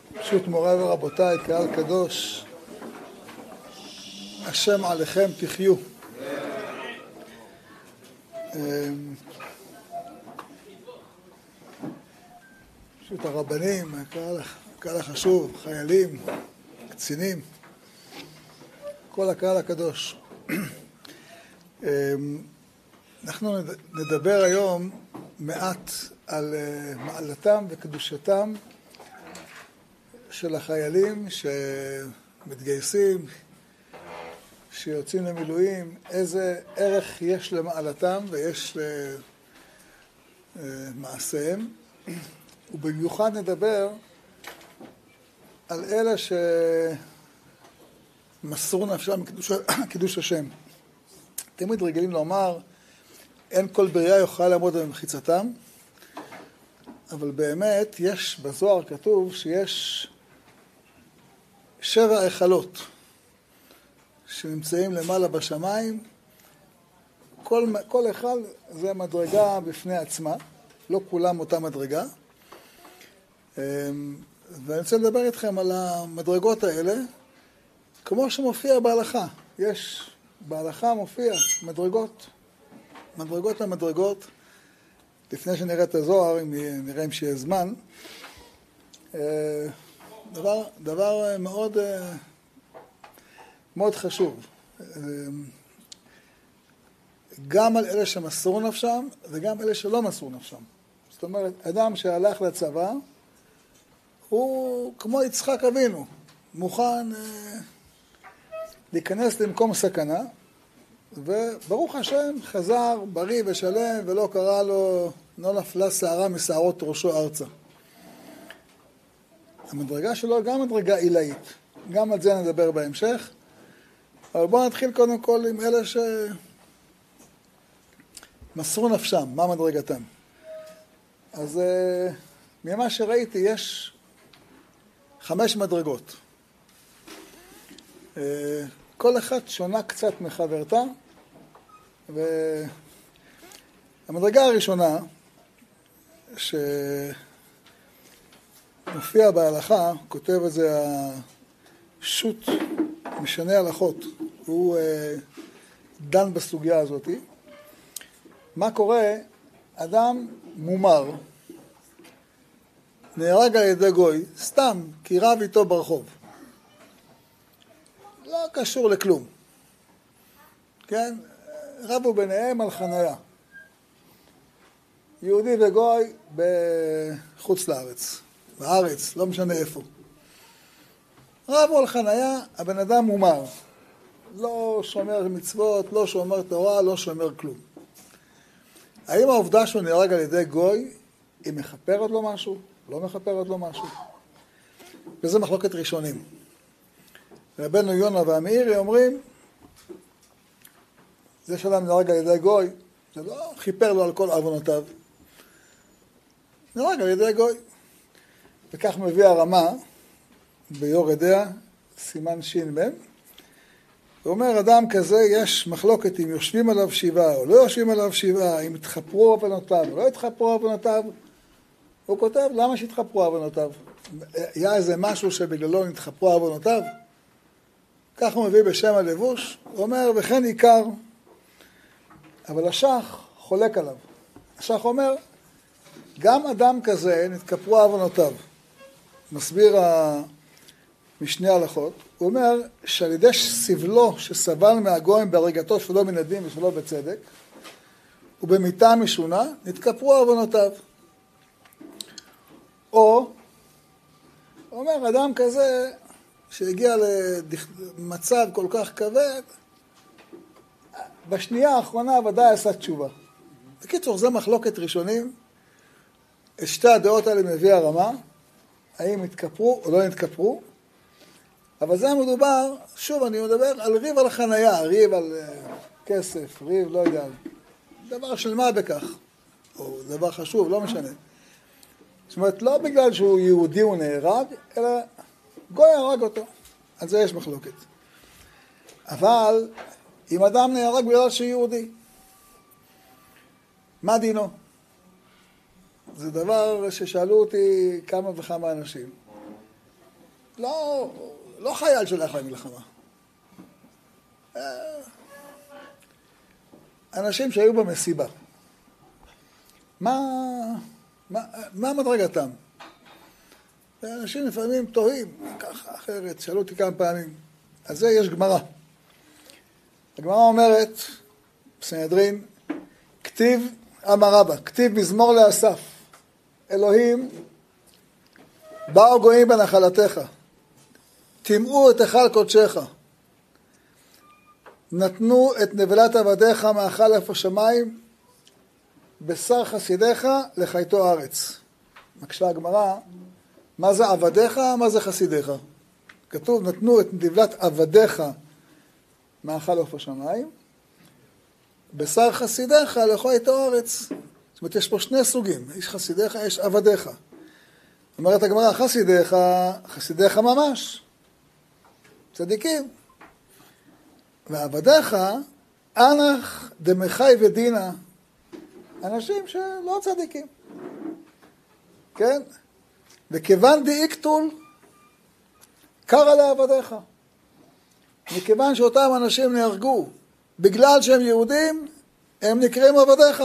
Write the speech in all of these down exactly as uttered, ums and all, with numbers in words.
פשוט מוריי ורבותיי, קהל קדוש, השם עליכם תחיו. פשוט הרבנים, הקהל, הקהל החשוב, חיילים, קצינים, כל הקהל הקדוש. אנחנו נדבר היום מעט על מעלתם וקדושתם של החיילים שמתגייסים, שיוצאים למילואים, איזה ערך יש למעלתם ויש למעשיהם. ובמיוחד נדבר על אלה שמסרו נפשם קידוש, קידוש השם. תמיד רגילים לומר, אין כל בריאה יוכל לעמוד במחיצתם, אבל באמת יש בזוהר כתוב שיש שבע היכלות שנמצאים למעלה בשמיים. כל, כל היכל זה מדרגה בפני עצמה, לא כולם אותה מדרגה. ואני רוצה לדבר איתכם על המדרגות האלה, כמו שמופיע בהלכה. יש, בהלכה מופיע מדרגות, מדרגות למדרגות. לפני שנראה את הזוהר, אם נראה אם שיהיה זמן, דבר, דבר מאוד, מאוד חשוב. גם על אלה שמסרו נפשם וגם אלה שלא מסרו נפשם. זאת אומרת, אדם שהלך לצבא, הוא כמו יצחק אבינו, מוכן להיכנס למקום סכנה, וברוך השם חזר בריא ושלם ולא קרה לו, לא נפלה שערה משערות ראשו ארצה. המדרגה שלו גם מדרגה עילאית, גם על זה נדבר בהמשך, אבל בואו נתחיל קודם כל עם אלה שמסרו נפשם, מה מדרגתם. אז ממה שראיתי יש חמש מדרגות. כל אחת שונה קצת מחברתה, והמדרגה הראשונה שמופיע בהלכה, כותב את זה השו"ת משנה הלכות, הוא דן בסוגיה הזאת. מה קורה? אדם מומר נהרג על ידי גוי, סתם, כי רב איתו ברחוב. לא קשור לכלום. כן? רבו ביניהם על חניה. יהודי וגוי בחוץ לארץ. בארץ, לא משנה איפה. רבו על חניה, הבן אדם מומר. לא שומר מצוות, לא שומר תורה, לא שומר כלום. האם העובדה שהוא נהרג על ידי גוי, היא מכפרת לו משהו? לא מכפרת לו משהו? וזה מחלוקת ראשונים. רבנו יונה והמאירי אומרים, זה שאדם נהרג על ידי גוי, זה לא חיפר לו על כל עוונותיו. נהרג על ידי גוי. וכך מביא הרמה ביורד דעה, סימן שין מם. הוא אומר, אדם כזה יש מחלוקת אם יושבים עליו שבעה או לא יושבים עליו שבעה, אם התחפרו עוונותיו או לא התחפרו עוונותיו. הוא כותב, למה שהתחפרו עוונותיו? היה איזה משהו שבגללו נתחפרו עוונותיו? כך הוא מביא בשם הלבוש, הוא אומר, וכן עיקר, אבל השח חולק עליו. השח אומר, גם אדם כזה נתכפרו עוונותיו. מסביר המשנה הלכות, הוא אומר שעל ידי סבלו שסבל מהגויים בהריגתו שלא מן הדין ושלא בצדק, ובמיתה משונה, נתכפרו עוונותיו. או, הוא אומר, אדם כזה שהגיע למצב כל כך כבד, בשנייה האחרונה ודאי עשה תשובה. בקיצור, זה מחלוקת ראשונים. את שתי הדעות האלה מביא הרמה, האם התכפרו או לא התכפרו, אבל זה מדובר, שוב אני מדבר על ריב על חנייה, ריב על כסף, ריב לא יודע, דבר של מה בכך, או דבר חשוב, לא משנה. זאת אומרת, לא בגלל שהוא יהודי הוא נהרג, אלא גוי הרג אותו. על זה יש מחלוקת. אבל אם אדם נהרג בגלל שהוא יהודי, מה דינו? זה דבר ששאלו אותי כמה וכמה אנשים. לא, לא חייל שהלך למלחמה. אנשים שהיו במסיבה. מה, מה, מה מדרגתם? אנשים לפעמים תוהים, ככה אחרת, שאלו אותי כמה פעמים. אז זה יש גמרא. הגמרא אומרת, בסנהדרין, כתיב אמר רבא, כתיב מזמור לאסף, אלוהים, באו גויים בנחלתך, טימאו את היכל קודשך, נתנו את נבלת עבדיך מאכל איפה שמיים, בשר חסידיך לחייתו ארץ. מקשה הגמרא, מה זה עבדיך, מה זה חסידיך? כתוב, נתנו את נבלת עבדיך מאכל איפה שמיים, בשר חסידיך לחייתו ארץ. זאת אומרת, יש פה שני סוגים, יש חסידיך, יש עבדיך. אומרת הגמרא, חסידיך, חסידיך ממש, צדיקים. ועבדיך, אנח דמחי ודינה, אנשים שלא צדיקים. כן? וכיוון דאיקטול, קרא לעבדיך. מכיוון שאותם אנשים נהרגו, בגלל שהם יהודים, הם נקראים עבדיך.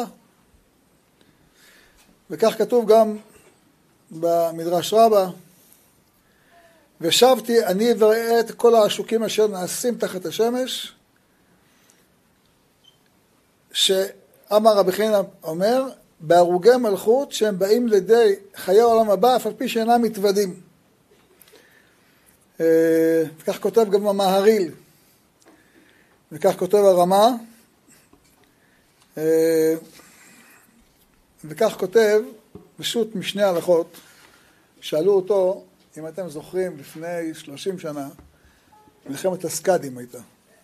וכך כתוב גם במדרש רבה, ושבתי אני וראה את כל העשוקים אשר נעשים תחת השמש, שאמר רבי חנינא אומר, בהרוגי מלכות שהם באים לידי חיי העולם הבא, אף על פי שאינם מתוודים. וכך כותב גם המהריל, וכך כותב הרמה, וכך כותב פשוט משני הלכות, שאלו אותו, אם אתם זוכרים, לפני שלושים שנה, מלחמת הסקאדים הייתה.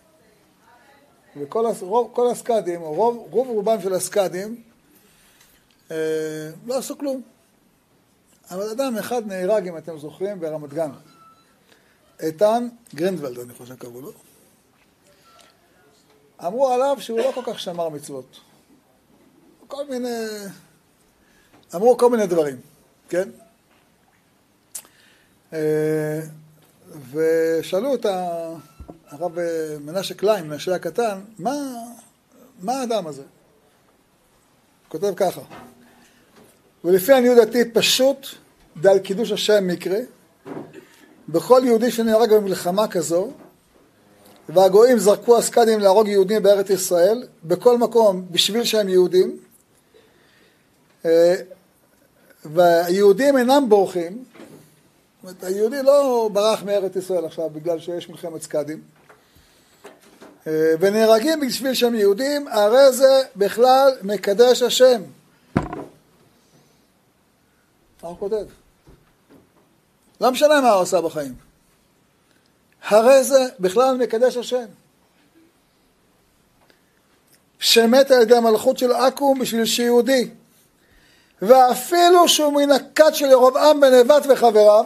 וכל רוב, כל הסקאדים, או רוב, רוב רובם של הסקאדים, אה, לא עשו כלום. אבל אדם אחד נהרג, אם אתם זוכרים, ברמת גן. איתן גרינדוולד, אני חושב קראו לו. אמרו עליו שהוא לא כל כך שמר מצוות. כל מיני... אמרו כל מיני דברים, כן? ושאלו את הרב מנשה קליין, מנשה הקטן, מה, מה האדם הזה? כותב ככה, ולפי עניות דעתי פשוט דעל קידוש השם מקרה, בכל יהודי שנהרג במלחמה כזו, והגויים זרקו הסקאדים להרוג יהודים בארץ ישראל, בכל מקום בשביל שהם יהודים, והיהודים אינם בורחים, זאת אומרת, היהודי לא ברח מארץ ישראל עכשיו בגלל שיש מלחמת סקאדים, ונהרגים בשביל שהם יהודים, הרי זה בכלל מקדש השם. מה הוא כותב? לא משנה מה הוא עושה בחיים. הרי זה בכלל מקדש השם. שמת על ידי המלכות של עכו"ם בשביל שיהודי. ואפילו שהוא מן הכת של ירבעם בן נבט וחבריו.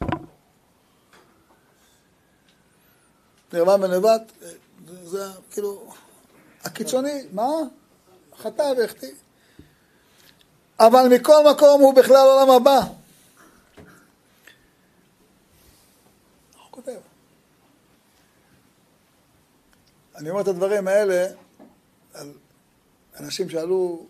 ירבעם בן נבט, זה, זה כאילו הקיצוני, מה? חטא והחטיא. אבל מכל מקום הוא בכלל עולם הבא. הוא כותב. אני אומר את הדברים האלה על אנשים שאלו,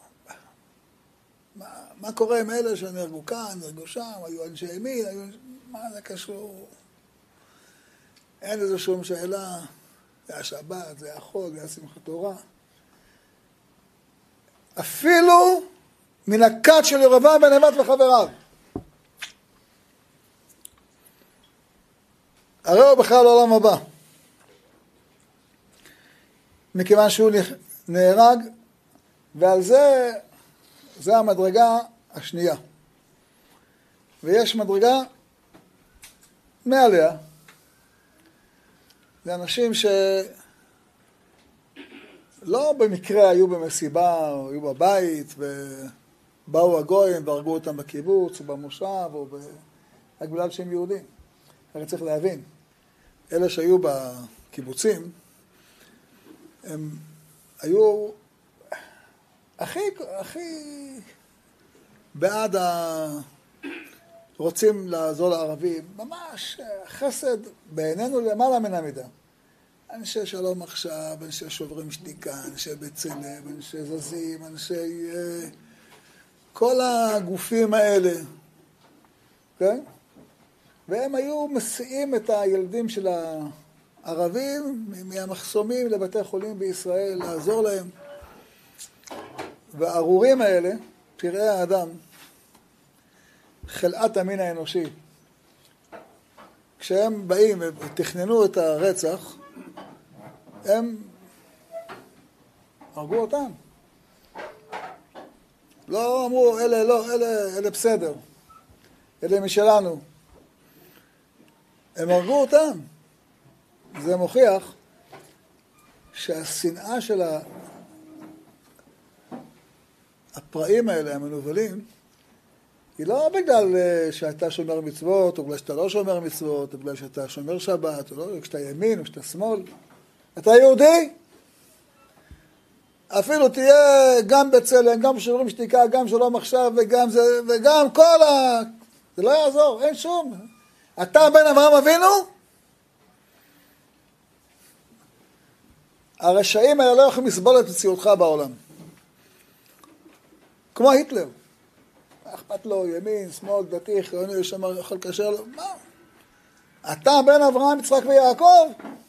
מה, מה קורה עם אלה שנהרגו כאן, נהרגו שם, היו אנשי ימין, היו... מה זה קשור? אין איזו שום שאלה, זה השבת, זה החוק, זה השמחת תורה. אפילו מן הכת של ירבעם בן נבט וחבריו. הרי הוא בכלל לעולם הבא. מכיוון שהוא נהרג, ועל זה, זה המדרגה השנייה. ויש מדרגה מעליה. זה אנשים שלא במקרה היו במסיבה, או היו בבית, ובאו הגויים והרגו אותם בקיבוץ, או במושב, או רק בגלל שהם יהודים. הרי צריך להבין, אלה שהיו בקיבוצים, הם היו הכי, הכי בעד רוצים לעזור לערבים, ממש חסד בעינינו למעלה מן המידה. אנשי שלום עכשיו, אנשי שוברים שתיקה, אנשי בצלם, אנשי זזים, אנשי... כל הגופים האלה, כן? והם היו מסיעים את הילדים של הערבים מהמחסומים לבתי חולים בישראל, לעזור להם. והארורים האלה, פראי האדם, חלאת המין האנושי, כשהם באים ותכננו את הרצח, הם הרגו אותם. לא אמרו, אלה לא, אלה, אלה בסדר, אלה משלנו. הם הרגו אותם. זה מוכיח שהשנאה של הפראים האלה, המנוולים, היא לא בגלל שאתה שומר מצוות, או בגלל שאתה לא שומר מצוות, או בגלל שאתה שומר שבת, או לא, או שאתה ימין, או שאתה שמאל. אתה יהודי? אפילו תהיה גם בצלם, גם שוברים שתיקה, גם שלום עכשיו, וגם זה, וגם כל ה... זה לא יעזור, אין שום. אתה בן אברהם אבינו? הרשעים האלה לא יכולים לסבול את מציאותך בעולם. כמו היטלר. אכפת לו ימין, שמאל, דתי, חילוני, שמר, יכול לקשר לו. מה? אתה בן אברהם, יצחק ויעקב?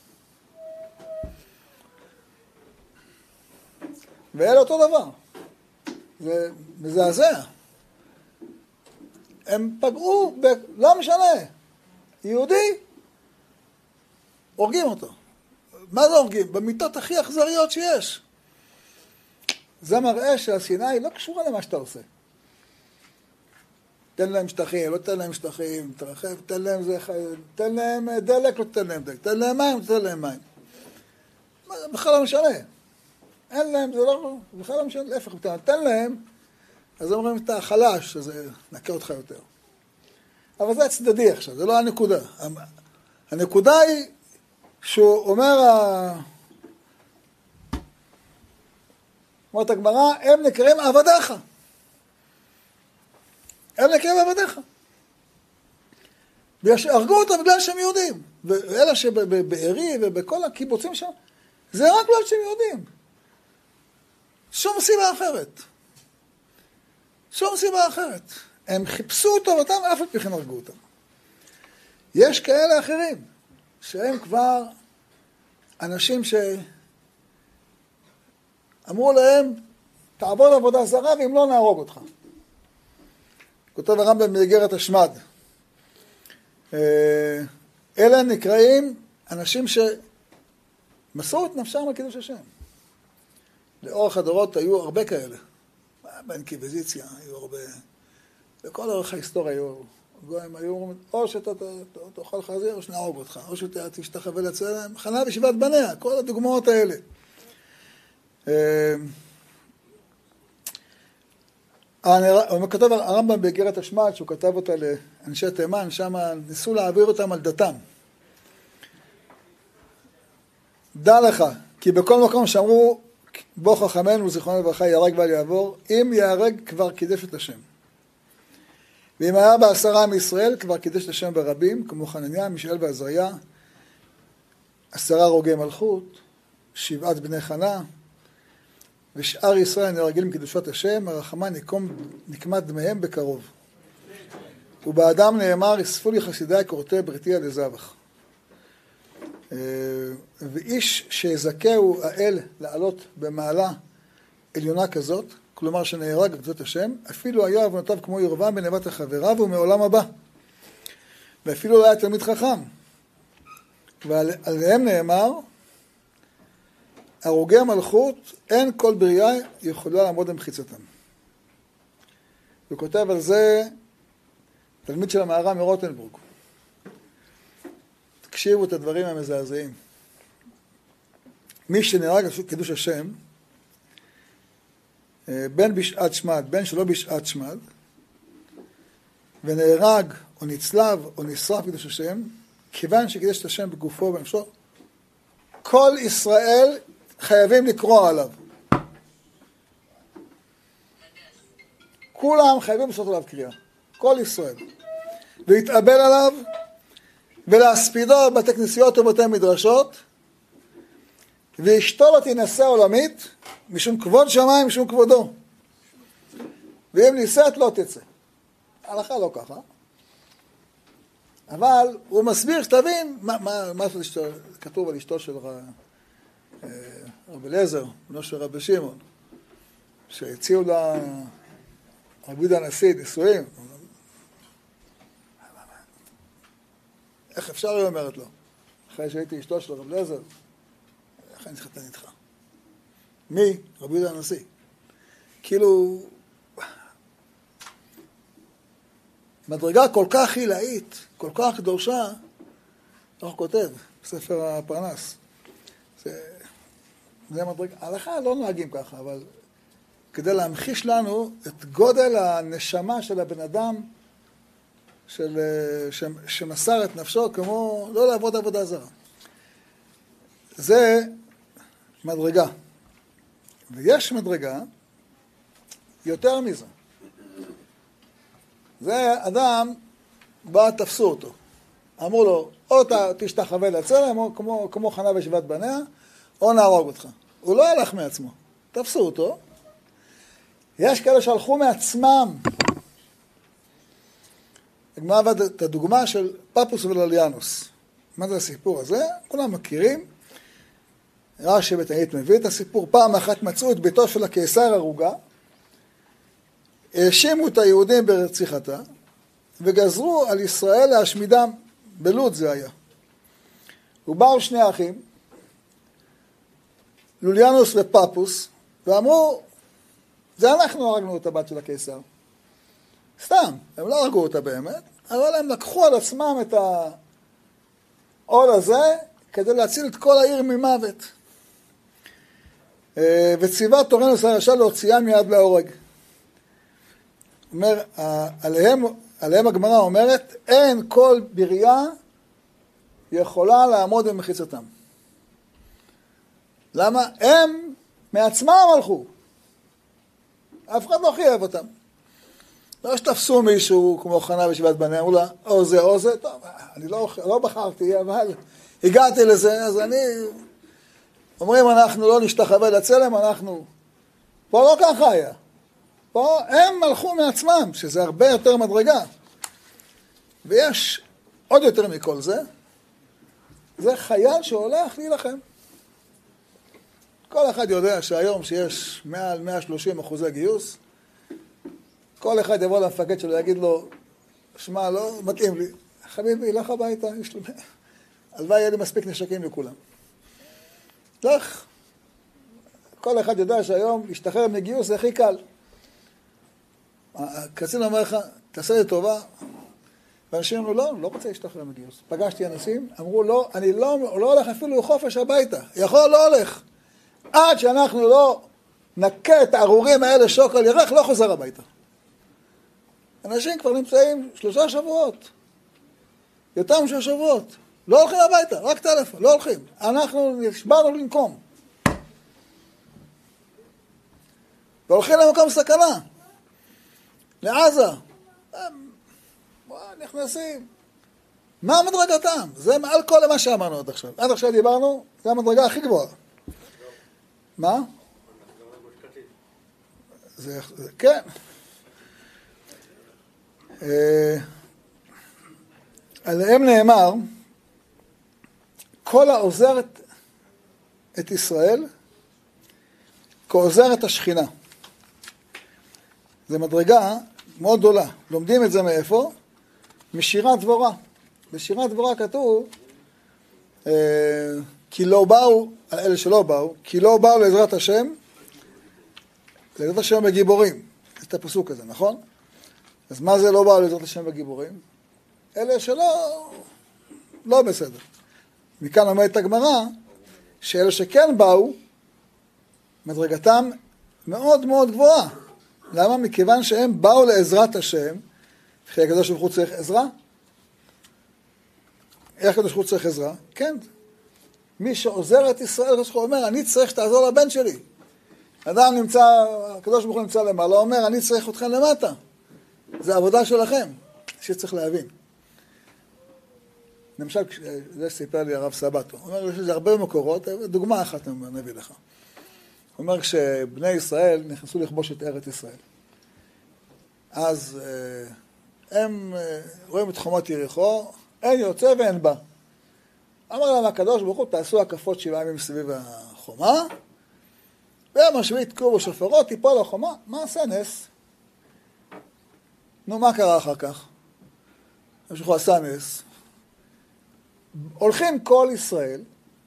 ואלה אותו דבר. זה מזעזע. הם פגעו, ב... לא משנה. יהודי, הורגים אותו. מה זה הורגים? במיטות הכי אכזריות שיש. זה מראה שהשנאה היא לא קשורה למה שאתה עושה. תן להם שטחים, לא תן להם שטחים, תרחב, תן להם זה, תן להם דלק, לא תן להם דלק, תן להם מים, תן להם מים. זה בכלל לא משנה. אין להם, זה לא, בכלל לא משנה, להפך, תן להם, אז אומרים, אתה חלש, אז נקה אותך יותר. אבל זה הצדדי עכשיו, זה לא הנקודה. הנקודה היא שהוא אומר, אומרת הגמרא, הם נקראים עבדיך. הם נקראים עבדיך. הרגו אותם בגלל שהם יהודים. ואלה שבבארי ובכל הקיבוצים שם, זה רק בגלל שהם יהודים. שום סיבה אחרת. שום סיבה אחרת. הם חיפשו אותו ואותם, אף על פי כן הרגו אותם. יש כאלה אחרים, שהם כבר אנשים שאמרו להם, תעבור לעבודה זרה ואם לא נהרוג אותך. כותב הרמב"ם באיגרת השמד. אלה נקראים אנשים שמסרו את נפשם על קידוש השם. לאורך הדורות היו הרבה כאלה. באינקוויזיציה היו הרבה... בכל אורך ההיסטוריה היו... גויים היו אומרים, או שאתה תאכל חזיר או שנהרוג אותך, או שאתה תשתחווה לצלם, חנה בישיבת בניה, כל הדוגמאות האלה. הוא כתב הרמב"ם באיגרת השמד, שהוא כתב אותה לאנשי תימן, שם ניסו להעביר אותם על דתם. דע לך, כי בכל מקום שאמרו, בוא חכמנו זיכרונו לברכה יהרג ואל יעבור, אם יהרג כבר קידש את השם. ואם היה בעשרה מישראל, כבר קידש את השם ברבים, כמו חנניה, מישאל ועזריה, עשרה רוגי מלכות, שבעת בני חנה, ושאר ישראל נהרגים מקדושת השם, הרחמן נקמת דמיהם בקרוב. ובאדם נאמר, אספו לי חסידי קורתי בריתי על הזבח. ואיש שיזכהו האל לעלות במעלה עליונה כזאת, כלומר שנהרג בקדושת השם, אפילו היה עוונותיו כמו ירבעם בן נבט החברה, והוא מעולם הבא. ואפילו לא היה תלמיד חכם. ועליהם נאמר, הרוגי המלכות, אין כל בריאה יכולה לעמוד במחיצתם. הוא כותב על זה תלמיד של המהר"ם מרוטנבורג. תקשיבו את הדברים המזעזעים. מי שנהרג על קידוש השם, בין בשעת שמד, בין שלא בשעת שמד, ונהרג או נצלב או נשרף קידוש השם, כיוון שקידש את השם בגופו ובנפשו, כל ישראל חייבים לקרוא עליו. כולם חייבים לעשות עליו קריאה. כל ישראל. להתאבל עליו ולהספידו בתי כנסיות ובתי מדרשות, ואשתו לא תינשא עולמית משום כבוד שמיים, משום כבודו. ואם נישאת לא תצא. ההלכה לא ככה. אבל הוא מסביר שתבין מה, מה, מה כתוב על אשתו של רבי אליעזר, בנו של רבי שמעון, שהציעו לה רבי יהודה הנשיא נישואים. איך אפשר, היא אומרת לו, אחרי שהייתי אשתו של רבי אליעזר, איך אני אתחתן איתך? מי? רבי יהודה הנשיא. כאילו, מדרגה כל כך עילאית, כל כך קדושה, איך כותב בספר הפרנס. זה, זה מדרגה, ההלכה לא נוהגים ככה, אבל כדי להמחיש לנו את גודל הנשמה של הבן אדם, של, ש, שמסר את נפשו כמו לא לעבוד עבודה זרה. זה מדרגה. ויש מדרגה יותר מזה. זה אדם, בא תפסו אותו. אמרו לו, או תשתחווה לצלם, או כמו, כמו חנה ושבעת בניה, או נהרוג אותך. הוא לא הלך מעצמו. תפסו אותו. יש כאלה שהלכו מעצמם. הגמרא הבאת את הדוגמה של פפוס ולוליאנוס. מה זה הסיפור הזה? כולם מכירים. רש"י בתענית מביא את הסיפור. פעם אחת מצאו את ביתו של הקיסר הרוגה, האשימו את היהודים ברציחתה, וגזרו על ישראל להשמידם. בלוד זה היה. ובאו שני אחים, לוליאנוס ופפוס, ואמרו, זה אנחנו הרגנו את הבת של הקיסר. סתם, הם לא הרגו אותה באמת, אבל הם לקחו על עצמם את העול הזה, כדי להציל את כל העיר ממוות. וציווה טורנוס הרשע להוציאה מיד להורג. אומר, עליהם, עליהם הגמרא אומרת, אין כל בריאה יכולה לעמוד במחיצתם. למה? הם מעצמם הלכו. אף אחד לא חייב אותם. לא שתפסו מישהו כמו חנה ושבעת בניה, אמרו לה, או זה או זה, טוב, אני לא, לא בחרתי, אבל הגעתי לזה, אז אני... אומרים, אנחנו לא נשתחווה לצלם, אנחנו... פה לא ככה היה. פה הם הלכו מעצמם, שזה הרבה יותר מדרגה. ויש עוד יותר מכל זה, זה חייל שהולך להילחם. כל אחד יודע שהיום שיש מעל מאה ושלושים אחוזי גיוס, כל אחד יבוא למפקד שלו, יגיד לו, שמע, לא מתאים לי. חביבי, לך הביתה, יש לו... הלוואי יהיה לי מספיק נשקים לכולם. לך. כל אחד יודע שהיום להשתחרר מגיוס זה הכי קל. הקצין אומר לך, תעשה לי טובה. ואנשים אמרו, לא, לא רוצה להשתחרר מגיוס. פגשתי אנשים, אמרו, לא, אני לא, לא הולך אפילו לחופש הביתה. יכול, לא הולך. עד שאנחנו לא נקה את הארורים האלה שוק על ירח, לא חוזר הביתה. אנשים כבר נמצאים שלושה שבועות. יותר משלושה שבועות. לא הולכים הביתה, רק טלפון, לא הולכים. אנחנו נשבענו לנקום. והולכים למקום סכנה. לעזה. הם נכנסים. מה המדרגתם? זה מעל כל מה שאמרנו עד עכשיו. עד עכשיו דיברנו, זה המדרגה הכי גבוהה. מה? זה, כן. עליהם נאמר, כל העוזר את, את ישראל, כעוזר את השכינה. זה מדרגה מאוד גדולה. לומדים את זה מאיפה? משירת דבורה. בשירת דבורה כתוב, אה, כי לא באו, אלה שלא באו, כי לא באו לעזרת השם, לעזרת השם בגיבורים. את הפסוק הזה, נכון? אז מה זה לא באו לעזרת השם בגיבורים? אלה שלא, לא בסדר. מכאן אומרת הגמרא, שאלה שכן באו, מדרגתם מאוד מאוד גבוהה. למה? מכיוון שהם באו לעזרת השם, וכי הקדוש ברוך הוא צריך עזרה? איך הקדוש ברוך הוא צריך עזרה? כן. מי שעוזר את ישראל, הקדוש ברוך הוא אומר, אני צריך שתעזור לבן שלי. אדם נמצא, הקדוש ברוך הוא נמצא למעלה, אומר, אני צריך אתכם למטה. זה עבודה שלכם, שצריך להבין. למשל, זה סיפר לי הרב סבתו, הוא אומר, יש לזה הרבה מקורות, דוגמה אחת אני מביא לך. הוא אומר, כשבני ישראל נכנסו לכבוש את ארץ ישראל, אז הם רואים את חומות יריחו, אין יוצא ואין בא. אמר להם הקדוש ברוך הוא, תעשו הקפות שבעה ימים סביב החומה, ביום השביעי תקעו בשופרות, תיפול החומה, מה עשה נס? נו, מה קרה אחר כך? משהו עשה נס. הולכים כל ישראל,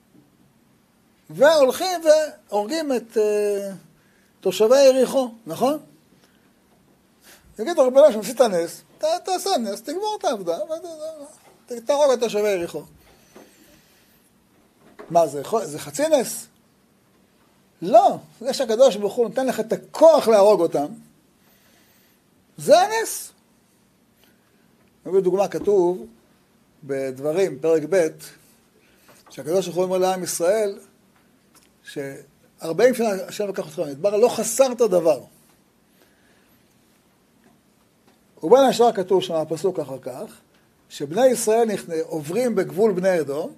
והולכים והורגים את uh, תושבי יריחו, נכון? תגיד, רבנו, שעשית נס, ת, תעשה נס, תגמור את העבודה, תהרוג את תושבי יריחו. מה זה? זה חצי נס? לא, זה שהקדוש ברוך הוא נותן לך את הכוח להרוג אותם, זה הנס. בדוגמה כתוב בדברים, פרק ב', שהקדוש ברוך הוא אומר לעם ישראל, ש-ארבעים שנה השם לקח אותך במדבר, לא חסרת דבר. ובין השאר כתוב שם הפסוק אחר כך, שבני ישראל עוברים בגבול בני אדום,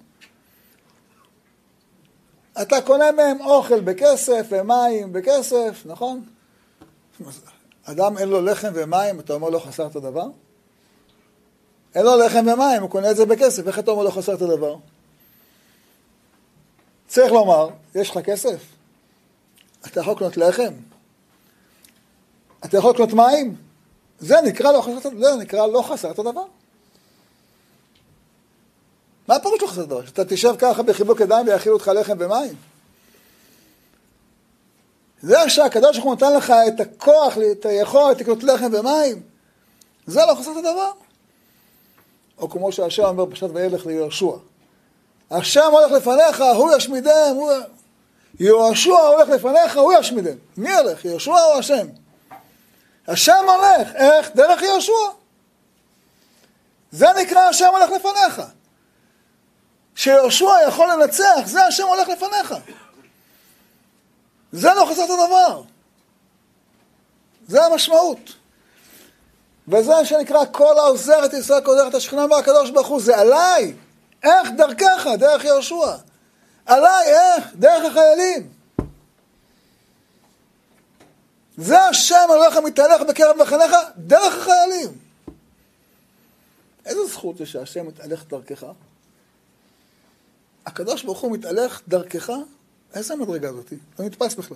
אתה קונה מהם אוכל בכסף ומים בכסף, נכון? אדם אין לו לחם ומים, אתה אומר לו חסרת דבר? אין לו לחם ומים, הוא קונה את זה בכסף, איך אתה אומר לו חסרת דבר? צריך לומר, יש לך כסף? אתה יכול לקנות לחם? אתה יכול לקנות מים? זה נקרא לא חסרת, זה נקרא לא חסרת דבר. מה הפירוש לא חסרת דבר? שאתה תשב ככה בחיבוק ידיים ויאכילו אותך לחם ומים? זה שהקדוש ברוך הוא נותן לך את הכוח, את היכולת לקנות לחם ומים, זה לא חסרת דבר. או כמו שהשם אומר פשט וילך ליהושע. השם הולך לפניך, הוא ישמידם, הוא... יהושע הולך לפניך, הוא ישמידם. מי הולך? יהושע או השם? השם הולך. איך? דרך יהושע. זה נקרא השם הולך לפניך. שיהושע יכול לנצח, זה השם הולך לפניך. זה לא חסרת הדבר. זה המשמעות. וזה שנקרא כל העוזר את ישראל כעוזר את השכינה והקדוש ברוך הוא, זה עליי. איך? דרכך, דרך יהושע. עליי, איך? דרך החיילים. זה השם הולך המתהלך בקרב מחניך, דרך החיילים. איזו זכות זה שהשם מתהלך דרכך? הקדוש ברוך הוא מתהלך דרכך? איזה מדרגה הזאת? לא נתפס בכלל.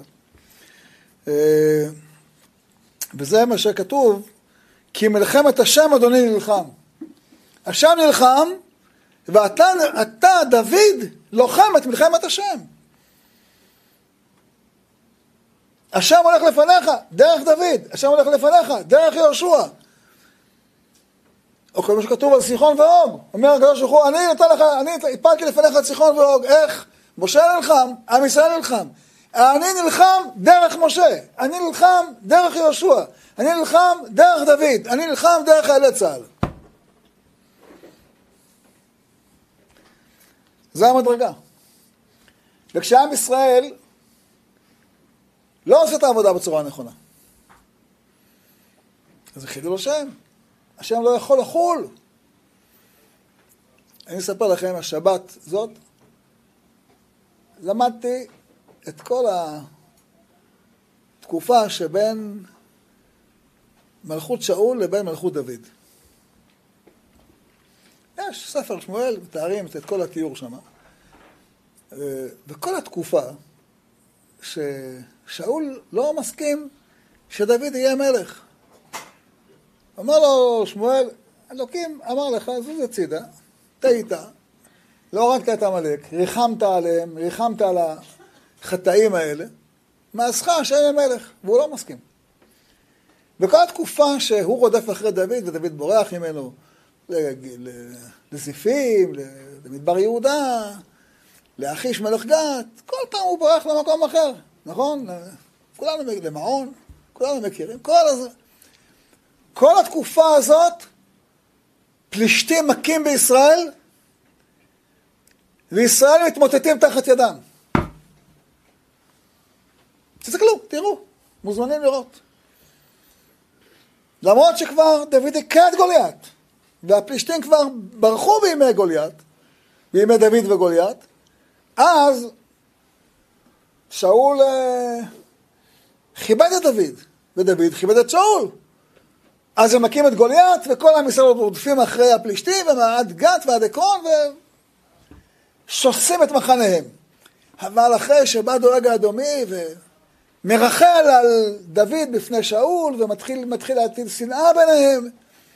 וזה מה שכתוב, כי מלחמת השם אדוני נלחם. השם נלחם, ואתה, אתה, דוד, לוחם את מלחמת השם. השם הולך לפניך, דרך דוד. השם הולך לפניך, דרך יהושע. או כמו שכתוב על סיחון ואוג. אומר הקדוש ברוך הוא, אני נתן לך, אני הפלתי לפניך את סיחון ואוג. איך? משה נלחם, עם ישראל נלחם. אני נלחם דרך משה. אני נלחם דרך יהושע. אני נלחם דרך דוד. אני נלחם דרך חיילי צה"ל. זה המדרגה. וכשעם ישראל לא עושה את העבודה בצורה הנכונה, אז זה חילול השם. השם לא יכול לחול. אני אספר לכם, השבת זאת, למדתי את כל התקופה שבין מלכות שאול לבין מלכות דוד. יש ספר שמואל, מתארים את כל התיאור שם. וכל התקופה ששאול לא מסכים שדוד יהיה מלך. אמר לו שמואל, אלוקים אמר לך, זוז הצידה, טעית, לא הרגת את עמלק, ריחמת עליהם, ריחמת על החטאים האלה, מעשך שיהיה מלך, והוא לא מסכים. וכל התקופה שהוא רודף אחרי דוד, ודוד בורח ממנו לזיפים, למדבר יהודה, לאחיש מלך גת, כל פעם הוא בורח למקום אחר, נכון? כולנו למעון, כולנו מכירים, כל הזה. כל התקופה הזאת, פלישתים מכים בישראל, וישראל מתמוטטים תחת ידם. תסתכלו, תראו, מוזמנים לראות. למרות שכבר דוד הכה את גוליית, והפלישתים כבר ברחו בימי גוליית, בימי דוד וגוליית, אז שאול כיבד את דוד, ודוד כיבד את שאול. אז הם מקים את גוליית, וכל עם ישראל רודפים אחרי הפלישתים, ועד גת ועד עקרון, ושוסים את מחניהם. אבל אחרי שבא דואג האדומי, ומרחל על דוד בפני שאול, ומתחיל מתחיל להטיל שנאה ביניהם,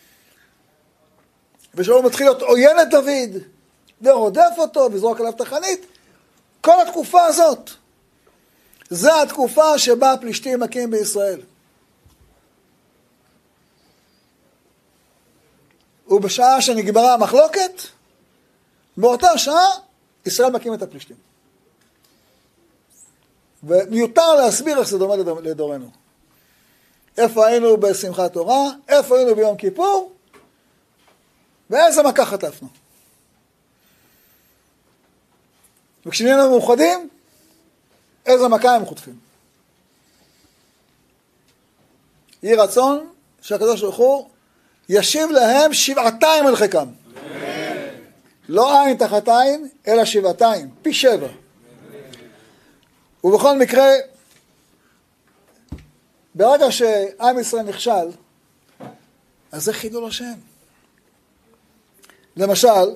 ושאול מתחיל להיות עוין את דוד, ורודף אותו, וזרוק עליו תחנית. כל התקופה הזאת, זו התקופה שבה הפלישתים מכים בישראל. ובשעה שנגמרה המחלוקת, באותה שעה, ישראל מקים את הפלישתים. ומיותר להסביר איך זה דומה לדורנו. איפה היינו בשמחת תורה, איפה היינו ביום כיפור, ואיזה מכה חטפנו. וכשנהיינו מאוחדים, איזה מכה הם חוטפים. יהי רצון שהקדוש ברוך הוא ישיב להם שבעתיים אל חיקם. לא עין תחת עין, אלא שבעתיים, פי שבע. ובכל מקרה, ברגע שעם ישראל נכשל, אז זה חידול השם. למשל,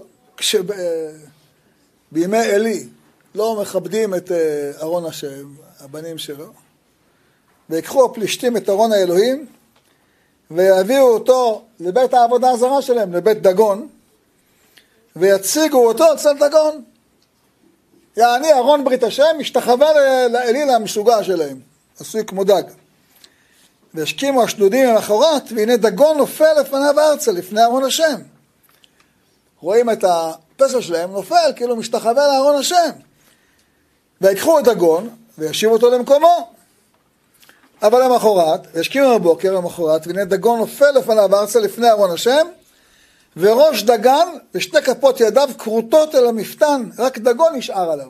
כשבימי אלי לא מכבדים את ארון השם, הבנים שלו, ויקחו הפלישתים את ארון האלוהים, ויביאו אותו לבית העבודה הזרה שלהם, לבית דגון, ויציגו אותו אצל דגון. יעני ארון ברית השם משתחווה לאליל המשוגע שלהם, עשוי כמו דג. והשכימו השדודים למחרת, והנה דגון נופל לפניו ארצה, לפני ארון השם. רואים את הפסל שלהם נופל, כאילו משתחווה לארון השם. ויקחו את דגון, וישיבו אותו למקומו. אבל למחרת, והשכימו בבוקר למחרת, והנה דגון נופל לפניו ארצה, לפני ארון השם, וראש דגן ושתי כפות ידיו קרוטות אל המפתן, רק דגון נשאר עליו.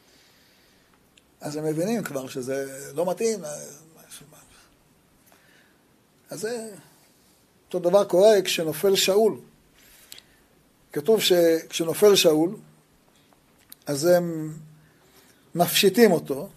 אז הם מבינים כבר שזה לא מתאים. אז זה אותו דבר קורה כשנופל שאול. כתוב שכשנופל שאול, אז הם מפשיטים אותו,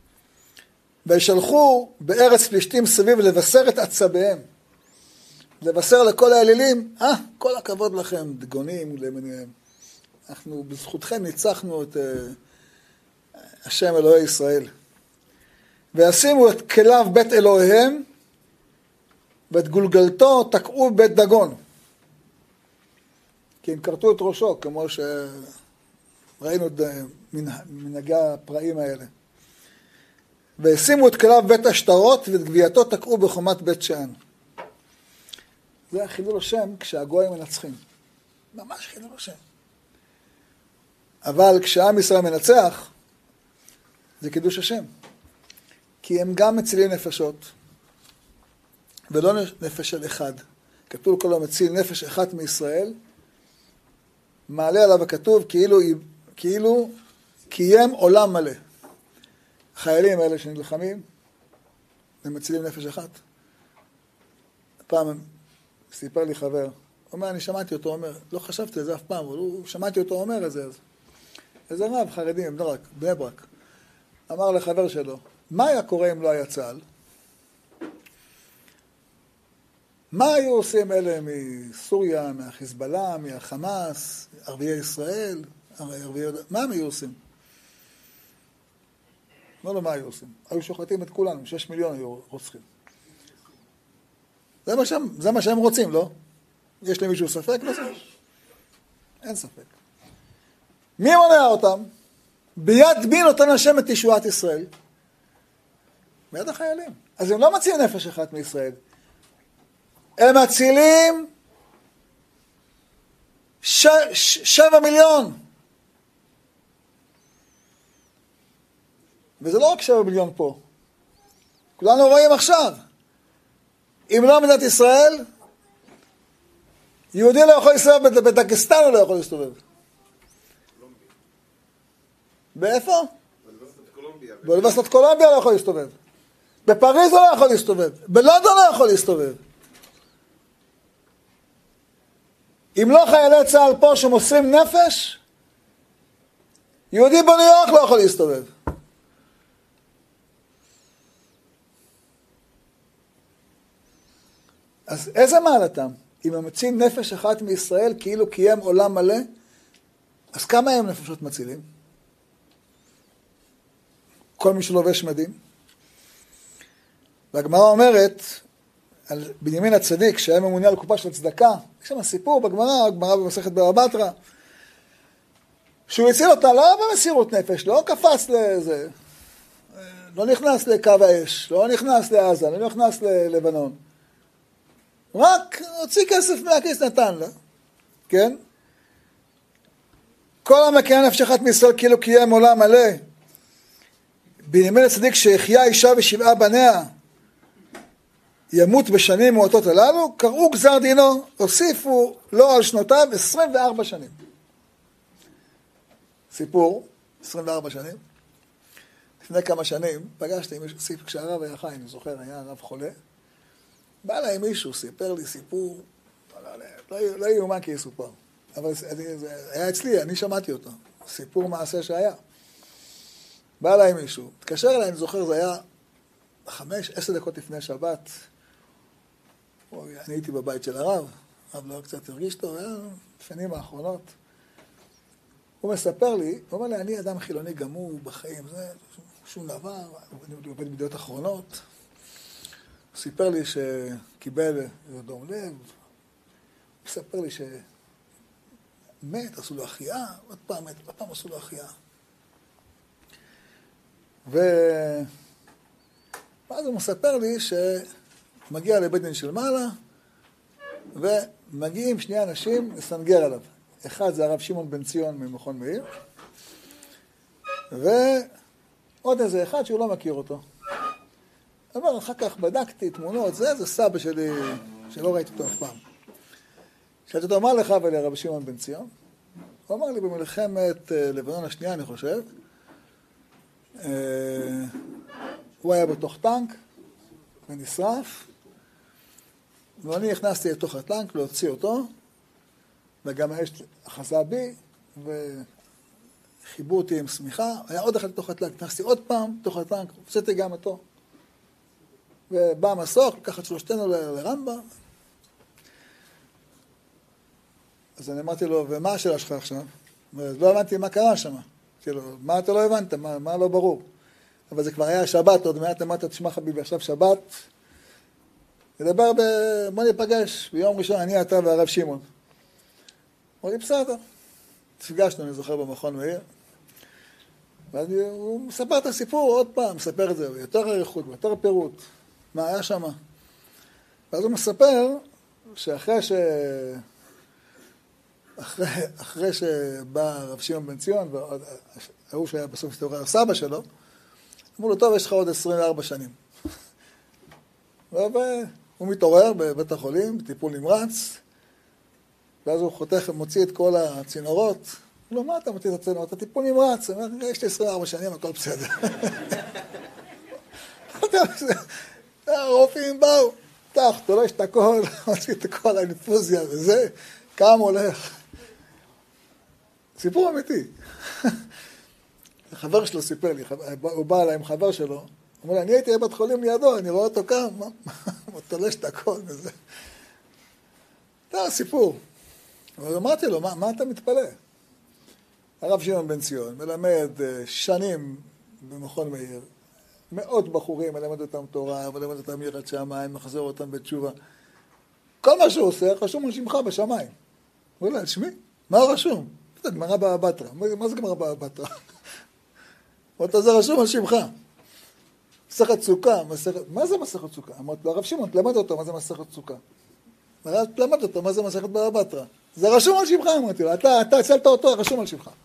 וישלחו בארץ פלישתים סביב לבשר את עצביהם. לבשר לכל האלילים, אה, כל הכבוד לכם, דגונים למיניהם. אנחנו בזכותכם ניצחנו את uh, השם אלוהי ישראל. וישימו את כליו בית אלוהיהם, ואת גולגלתו תקעו בית דגון. כי הם קרטו את ראשו, כמו שראינו את מנהגי הפראים האלה. וישימו את כליו בית השטרות, ואת גבייתו תקעו בחומת בית שאן. זה חילול השם כשהגויים מנצחים. ממש חילול השם. אבל כשעם ישראל מנצח, זה קידוש השם. כי הם גם מצילים נפשות, ולא נפש של אחד. כתוב כל המציל נפש אחת מישראל, מעלה עליו הכתוב כאילו, כאילו קיים עולם מלא. החיילים האלה שנלחמים, הם מצילים נפש אחת. פעם הם סיפר לי חבר, הוא אומר, אני שמעתי אותו אומר, לא חשבתי על זה אף פעם, אבל הוא, שמעתי אותו אומר את זה. איזה רב חרדים, בני ברק, בני ברק, אמר לחבר שלו, מה היה קורה אם לא היה צה"ל? מה היו עושים אלה מסוריה, מהחיזבאללה, מהחמאס, ערביי ישראל, ערביי... מה הם היו עושים? לא לא, מה היו עושים? היו שוחטים את כולנו, שש מיליון היו רוצחים. זה מה שהם, זה מה שהם רוצים, לא? יש למישהו ספק בזה? אין ספק. מי מונע אותם? ביד מי נותן השם את ישועת ישראל? ביד החיילים. אז הם לא מצילים נפש אחת מישראל. הם מצילים ש... ש... שבע מיליון. וזה לא רק שבע מיליון פה. כולנו רואים עכשיו. אם לא מדינת ישראל, יהודי לא יכול להסתובב, בדגסטן הוא לא יכול להסתובב. באיפה? באוניברסיטת קולומביה לא יכול להסתובב. בפריז הוא לא יכול להסתובב. בלונדון לא יכול להסתובב. אם לא חיילי צה"ל פה שמוסרים נפש, יהודי בניו יורק לא יכול להסתובב. אז איזה מעלתם? אם הם מצילים נפש אחת מישראל כאילו קיים עולם מלא, אז כמה הם נפשות מצילים? כל מי שלובש מדים. והגמרא אומרת על בנימין הצדיק שהיה ממונה על קופה של צדקה, יש שם סיפור בגמרא, הגמרא במסכת בבא בתרא, שהוא הציל אותה לא במסירות נפש, לא קפץ לזה, לא נכנס לקו האש, לא נכנס לעזה, לא נכנס ללבנון. רק הוציא כסף מהכיס נתן לה, כן? כל המקיים נפש אחת מישראל כאילו קיים עולם מלא. בנימין הצדיק שהחיה אישה ושבעה בניה, ימות בשנים מועטות הללו, קראו גזר דינו, הוסיפו לו על שנותיו עשרים וארבע שנים. סיפור, עשרים וארבע שנים. לפני כמה שנים פגשתי מישהו, כשהרב היה חי, אני זוכר, היה הרב חולה, בא אליי מישהו, סיפר לי סיפור, לא, לא, לא יאומן כי יסופר, אבל זה, זה היה אצלי, אני שמעתי אותו, סיפור מעשה שהיה. בא אליי מישהו, התקשר אליי, אני זוכר, זה היה חמש, עשר דקות לפני שבת, אני הייתי בבית של הרב, הרב לא קצת הרגיש טוב, היה בשנים האחרונות. הוא מספר לי, הוא אומר לי, אני אדם חילוני גמור בחיים, זה שום דבר, אני עובד בדיעות אחרונות. הוא סיפר לי שקיבל דום לב, הוא מספר לי שמת, עשו לו החייאה, עוד פעם מת, עוד פעם עשו לו החייאה. ואז הוא מספר לי שמגיע לבית דין של מעלה, ומגיעים שני אנשים לסנגר עליו. אחד זה הרב שמעון בן ציון ממכון מאיר, ועוד איזה אחד שהוא לא מכיר אותו. אבל אחר כך בדקתי תמונות, זה, זה סבא שלי, שלא ראיתי אותו אף פעם. שאלתי אותו, מה לך ולרב שמעון בן ציון? הוא אמר לי, במלחמת לבנון השנייה, אני חושב, הוא היה בתוך טנק ונשרף, ואני נכנסתי לתוך הטנק להוציא אותו, וגם האש אחזה בי, וחיבו אותי עם סמיכה, היה עוד אחד לתוך הטנק, נכנסתי עוד פעם לתוך הטנק, הוצאתי גם אותו. ובא המסוק, לקחת שלושתנו לרמב"ם. אז אני אמרתי לו, ומה השאלה שלך עכשיו? לא הבנתי מה קרה שם. כאילו, מה אתה לא הבנת? מה, מה לא ברור? אבל זה כבר היה שבת, עוד מעט אמרת, תשמע חביבי, עכשיו שבת. נדבר ב... בוא ניפגש ביום ראשון, אני, אתה והרב שמעון. אמר לי, בסדר. תפגשנו, אני זוכר, במכון מאיר. ואז הוא מספר את הסיפור עוד פעם, מספר את זה, יותר עריכות, יותר פירוט. מה היה שם? ואז הוא מספר שאחרי ש... אחרי, אחרי שבא הרב שמעון בן ציון, והוא שהיה בסוף מסתובב סבא שלו, אמרו לו, טוב, יש לך עוד עשרים וארבע שנים. והוא מתעורר בבית החולים, בטיפול נמרץ, ואז הוא חותך, מוציא את כל הצינורות. הוא לא, מה אתה מוציא את הצינורות? אתה טיפול נמרץ. הוא אומר, יש לי עשרים וארבע שנים, הכל בסדר. הרופאים באו, פתח, תולש את הכל, מוציא את כל האינפוזיה וזה, כמה הולך. סיפור אמיתי. החבר שלו סיפר לי, הוא בא אליי עם חבר שלו, הוא אומר לי, אני הייתי בבית חולים לידו, אני רואה אותו קם, הוא תולש את הכל וזה. זה הסיפור. אבל אמרתי לו, מה, מה אתה מתפלא? הרב שמעון בן ציון מלמד שנים במכון מאיר, מאות בחורים, מלמד אותם תורה, מלמד אותם יראת שמיים, מחזר אותם בתשובה. כל מה שהוא עושה, רשום על שמך בשמיים. הוא אומר, שמי? מה רשום? זה גמרא בבא בתרא. מה זה גמרא בבא בתרא? אמרת, זה רשום על שמך. מסכת סוכה, מסכת... מה זה מסכת סוכה? אמרת לו, הרב שמעון, תלמד אותו, מה זה מסכת סוכה? תלמד אותו, מה זה מסכת בבא בתרא? זה רשום על שמך, אמרתי לו, אתה, אתה הצלת אותו, רשום על שמך. הוא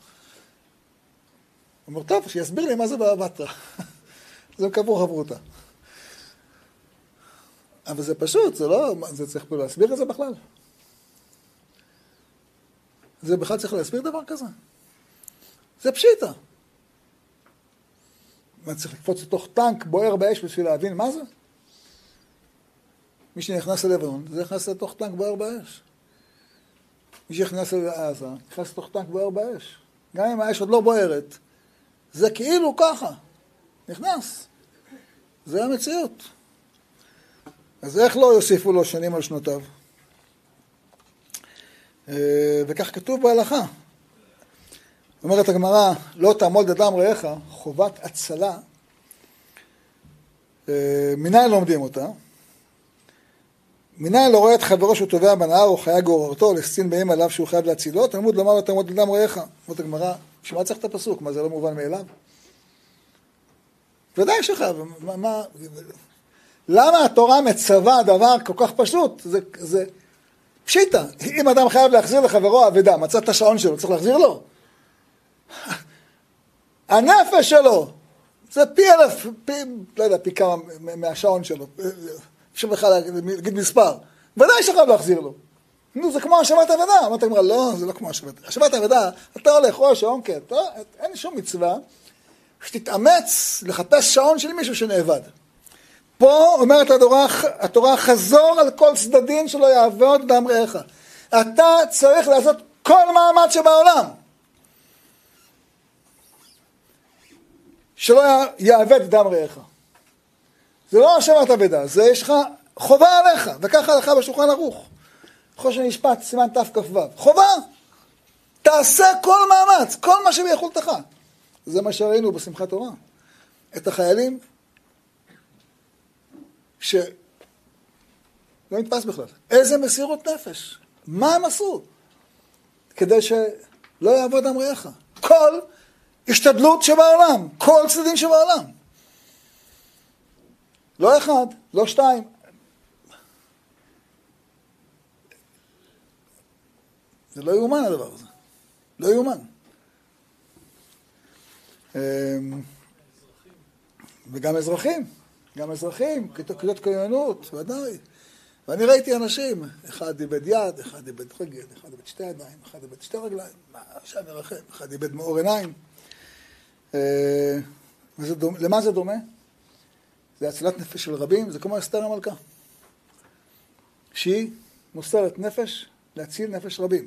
אומר, טוב, שיסביר לי מה זה בבא בתרא. זה קבור חברותה. אבל זה פשוט, זה לא, זה צריך פה להסביר את זה בכלל. זה בכלל צריך להסביר דבר כזה. זה פשיטה. מה, צריך לקפוץ לתוך טנק בוער באש בשביל להבין מה זה? מי שנכנס ללבנון, זה נכנס לתוך טנק בוער באש. מי שנכנס לעזה, נכנס לתוך טנק בוער באש. גם אם האש עוד לא בוערת, זה כאילו ככה, נכנס. זה המציאות. אז איך לא יוסיפו לו שנים על שנותיו? וכך כתוב בהלכה. אומרת הגמרא, לא תעמוד אדם רעך, חובת הצלה, מניין לומדים אותה? מניין לא רואה את חברו שהוא טובע בנהר או חיה גוררתו, לסצין בהם עליו שהוא חייב להצילו? תלמוד לומר לא תעמוד אדם רעך. אומרת הגמרא, שמה צריך את הפסוק? מה, זה לא מובן מאליו? ודאי שחייב. מה, מה, למה התורה מצווה דבר כל כך פשוט? זה, זה פשיטה. אם אדם חייב להחזיר לחברו אבדה, מצא את השעון שלו, צריך להחזיר לו. הנפש שלו, זה פי אלף, פי, לא יודע, פי כמה מהשעון שלו. אפשר בכלל להגיד מספר. ודאי שחייב להחזיר לו. נו, זה כמו השבת אבדה. אמרת גמרא, לא, זה לא כמו השבת. השבת אבדה, אתה הולך, או השעון כעת, אין שום מצווה שתתאמץ לחפש שעון של מישהו שנאבד. פה אומרת התורה, התורה חזור על כל צדדים שלא יעבוד דם רעך. אתה צריך לעשות כל מאמץ שבעולם. שלא יעבד דם רעך. זה לא השבת אבדה, זה יש לך חובה עליך, וככה הלכה בשולחן ערוך. חושן משפט, סימן תף כ"ו. חובה! תעשה כל מאמץ, כל מה שביכולתך. זה מה שראינו בשמחת תורה. את החיילים ש... לא נתפס בכלל. איזה מסירות נפש. מה הם עשו? כדי שלא יעבוד דם רעך. כל השתדלות שבעולם, כל צדדים שבעולם. לא אחד, לא שתיים. זה לא יאומן הדבר הזה. לא יאומן. וגם אזרחים, גם אזרחים, כיתות כוננות, ודאי. ואני ראיתי אנשים, אחד איבד יד, אחד איבד רגל, אחד איבד שתי ידיים, אחד איבד שתי רגליים, שם ירחם, אחד איבד מאור עיניים. למה זה דומה? זה הצלת נפש של רבים, זה כמו אסתר המלכה. שהיא מוסרת נפש להציל נפש רבים.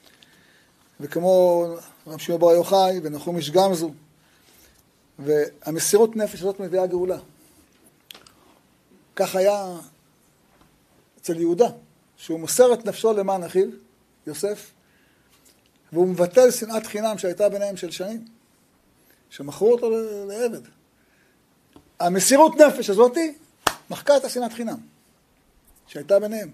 וכמו רב שמעון בר יוחאי ונחום איש גמזו. והמסירות נפש הזאת מביאה גאולה. כך היה אצל יהודה, שהוא מוסר את נפשו למען אחיו, יוסף, והוא מבטל שנאת חינם שהייתה ביניהם של שנים, שמכרו אותו לעבד. המסירות נפש הזאת מחקה את השנאת חינם שהייתה ביניהם.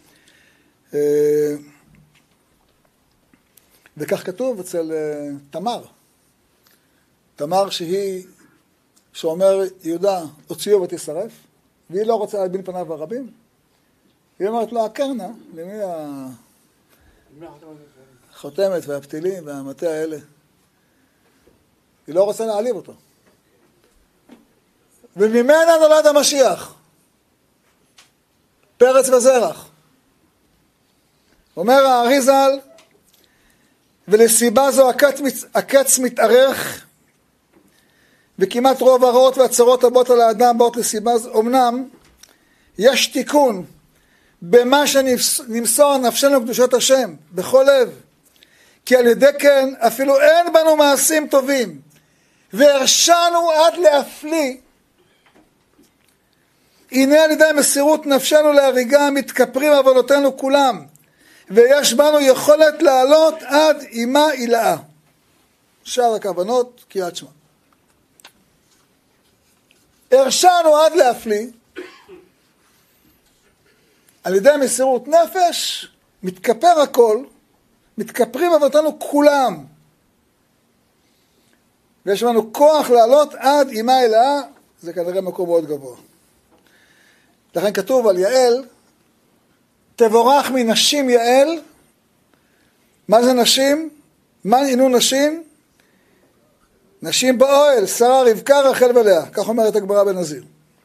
וכך כתוב אצל תמר. תמר שהיא, שאומר יהודה, הוציאו ותשרף, והיא לא רוצה להלבין פניו הרבים. היא אומרת לו, הקרנה, למי החותמת והפתילים והמטה האלה. היא לא רוצה להעליב אותו. וממנה נולד המשיח. פרץ וזרח. אומר האריז"ל, ולסיבה זו הקץ, הקץ מתארך, וכמעט רוב הרעות והצרות הבאות על האדם באות לסיבה זו. אמנם יש תיקון במה שנמסור נפשנו קדושת השם, בכל לב, כי על ידי כן אפילו אין בנו מעשים טובים, והרשנו עד להפליא, הנה על ידי מסירות נפשנו להריגה מתכפרים עוונותינו כולם, ויש בנו יכולת לעלות עד אימה הילאה. שאר הכוונות, קריאת שמע. הרשנו עד להפליא, על ידי מסירות נפש, מתכפר הכל, מתכפרים עוונותינו כולם. ויש לנו כוח לעלות עד אימה הילאה, זה כנראה מקום מאוד גבוה. לכן כתוב על יעל, תבורך מנשים יעל. מה זה נשים? מה עינו נשים? נשים באוהל, שרה, רבקה, רחל ולאה. כך אומרת הגמרא בנזיר.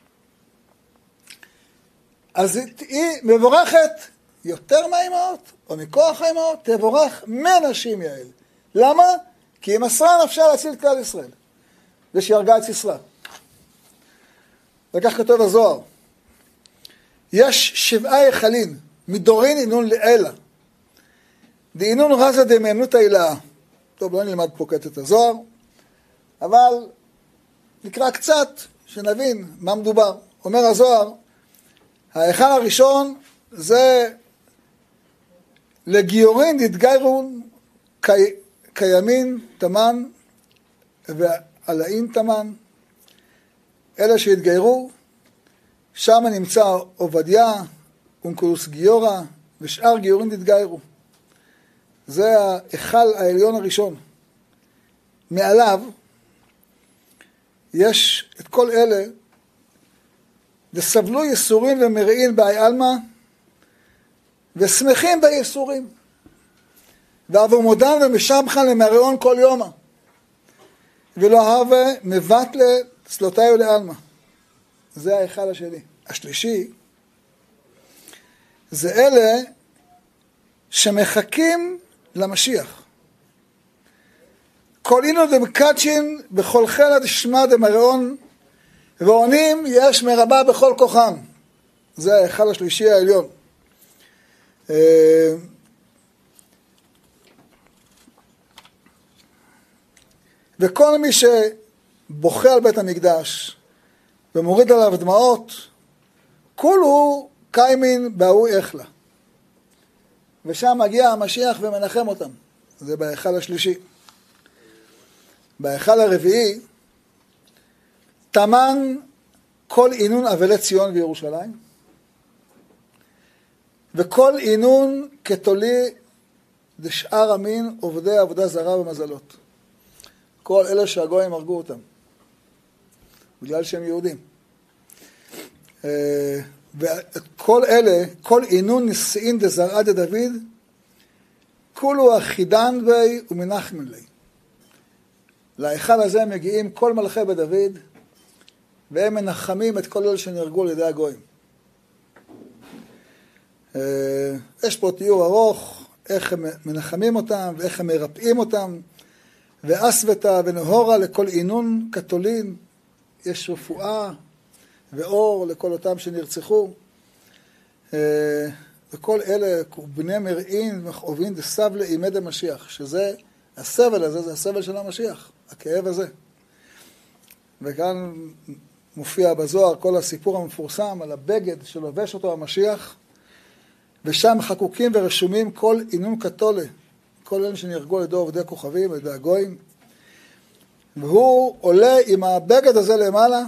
אז היא מבורכת יותר מהאימהות, או מכוח האימהות, תבורך מנשים יעל. למה? כי היא מסרה נפשה להציל את כלל ישראל. ושהיא הרגה את סיסרא. וכך כתוב הזוהר. יש שבעה יחלין, מדורין אינון לאלה. דאינון רזה דמיינות ההילאה. טוב, לא נלמד פה קטע את הזוהר, אבל נקרא קצת, שנבין מה מדובר. אומר הזוהר, ההיכל הראשון זה לגיורין דתגיירון קיימין תמן ועלאין תמן, אלה שהתגיירו, שם נמצא עובדיה, אונקלוס גיורא, ושאר גיורין דתגיירו. זה ההיכל העליון הראשון. מעליו יש את כל אלה, וסבלו יסורים ומרעים באי אלמה, ושמחים ביסורים. ואבו מודן ומשבחן למראון כל יומה. ולא הווה מבטלה צלותיו לאלמה. זה ההיכל השני. השלישי, זה אלה שמחכים למשיח. כל אינו דמקדשין בכל חלא דשמע דמראון, ועונים יש מרבה בכל כוחם. זה ההיכל השלישי העליון. וכל מי שבוכה על בית המקדש ומוריד עליו דמעות, כולו קיימין באו איכלה. ושם מגיע המשיח ומנחם אותם. זה בהיכל השלישי. בהיכל הרביעי, תמן כל עינון אבלי ציון וירושלים, וכל עינון כתולי דשאר המין עובדי עבודה זרה ומזלות. כל אלה שהגויים הרגו אותם, בגלל שהם יהודים. וכל אלה, כל עינון נשיאים דזרעה דדוד, כולו אחידן בי ומנחמן לי. להיכל הזה מגיעים כל מלכי בדוד, והם מנחמים את כל אלה שנהרגו על ידי הגויים. יש פה תיאור ארוך, איך הם מנחמים אותם, ואיך הם מרפאים אותם, ואסוותה ונהורה לכל עינון קתולין, יש רפואה ואור לכל אותם שנרצחו. וכל אלה, בני מרעין ומכאובין דסבלה עימד המשיח, שזה, הסבל הזה, זה הסבל של המשיח, הכאב הזה. וכאן מופיע בזוהר כל הסיפור המפורסם על הבגד שלובש אותו המשיח, ושם חקוקים ורשומים כל עינון קתולה, כל אלה שנהרגו על ידי עובדי כוכבים, על ידי הגויים, והוא עולה עם הבגד הזה למעלה,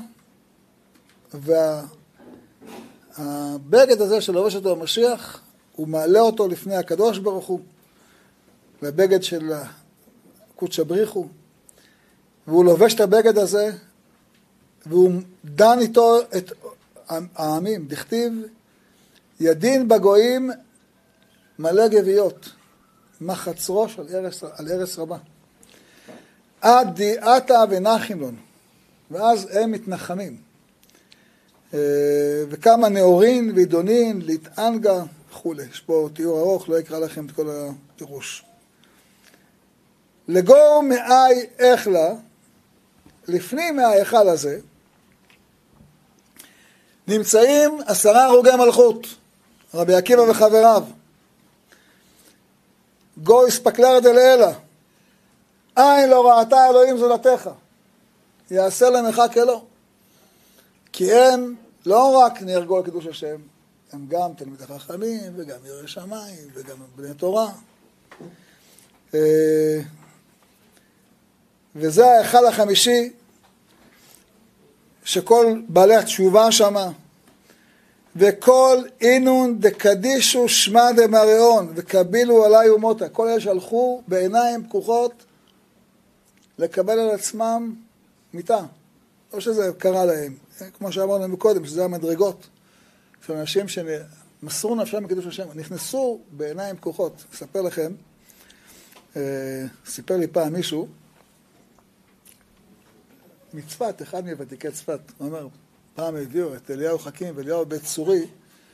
והבגד הזה שלובש אותו המשיח, הוא מעלה אותו לפני הקדוש ברוך הוא, והבגד של קודש בריחו, והוא לובש את הבגד הזה, והוא דן איתו את העמים, דכתיב, ידין בגויים מלא גוויות, מחץ ראש על ארץ, על ארץ רבה. עד דיעתה ונחים לנו, ואז הם מתנחמים. וכמה נאורין ועידונין, להתענגה וכו'. יש פה תיאור ארוך, לא אקרא לכם את כל התירוש. לגור מאי איכלה, לפני מההיכל הזה, נמצאים עשרה הרוגי מלכות, רבי עקיבא וחבריו. גוי ספקלר דלאלה, עין לא ראתה אלוהים זולתך, יעשה למך כלא. כי הם לא רק נהרגו על קידוש השם, הם גם תלמידי חכמים, וגם יראי שמיים, וגם בני תורה. וזה ההיכל החמישי, שכל בעלי התשובה שמה, וכל אינון דקדישו שמע דמראון, וקבילו עלי ומותה. כל אלה שהלכו בעיניים פקוחות לקבל על עצמם מיתה. לא שזה קרה להם, כמו שאמרנו מקודם, שזה המדרגות של אנשים שמסרו נפשם בקידוש השם, נכנסו בעיניים פקוחות. אספר לכם, סיפר לי פעם מישהו, מצפת, אחד מוותיקי צפת, הוא אומר, פעם הביאו את אליהו חכים ואליהו בית צורי,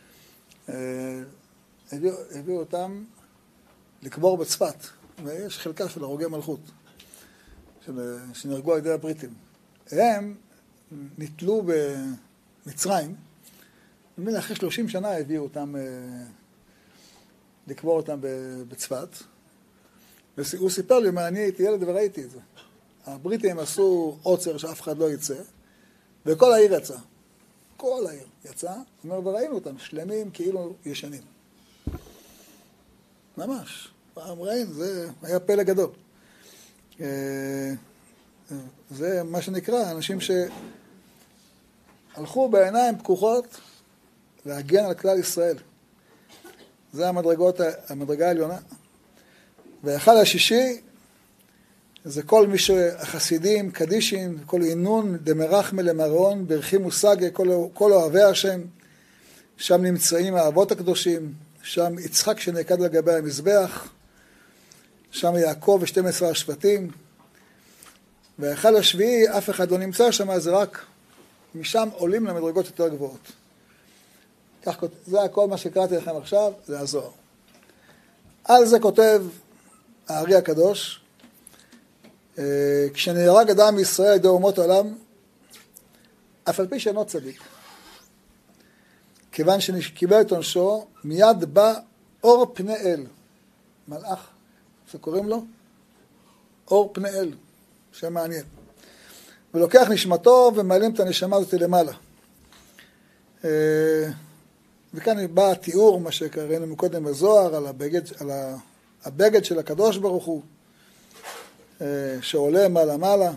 הביאו, הביאו אותם לקבור בצפת, ויש חלקה של הרוגי מלכות, שנהרגו על ידי הבריטים. הם נתלו במצרים, ומילה אחרי שלושים שנה הביאו אותם, לקבור אותם בצפת, הוא סיפר לי, מה, אני הייתי ילד וראיתי את זה. הבריטים עשו עוצר שאף אחד לא יצא, וכל העיר יצא. כל העיר יצא, אומר, וראינו אותם, שלמים כאילו ישנים. ממש. פעם ראינו, זה היה פלא גדול. זה מה שנקרא, אנשים שהלכו בעיניים פקוחות להגן על כלל ישראל. זה המדרגות, המדרגה העליונה. והאחד השישי, זה כל מי שהחסידים, קדישים, כל עינון, דמרחמא למרון, ברכי מושגי, כל, כל אוהבי השם, שם נמצאים האבות הקדושים, שם יצחק שנעקד לגבי המזבח, שם יעקב ושתים עשרה השבטים, והאחד השביעי, אף אחד לא נמצא שם, זה רק משם עולים למדרגות יותר גבוהות. כך, זה הכל מה שקראתי לכם עכשיו, זה הזוהר. על זה כותב הארי הקדוש, כשנהרג אדם מישראל ידי אומות העולם, אף על פי שאינו צדיק, כיוון שקיבל את עונשו, מיד בא אור פני אל, מלאך, שקוראים לו אור פני אל, שם מעניין, ולוקח נשמתו ומעלים את הנשמה הזאת למעלה. וכאן בא התיאור, מה שקראנו מקודם בזוהר, על הבגד, על הבגד של הקדוש ברוך הוא, שעולה מעלה מעלה.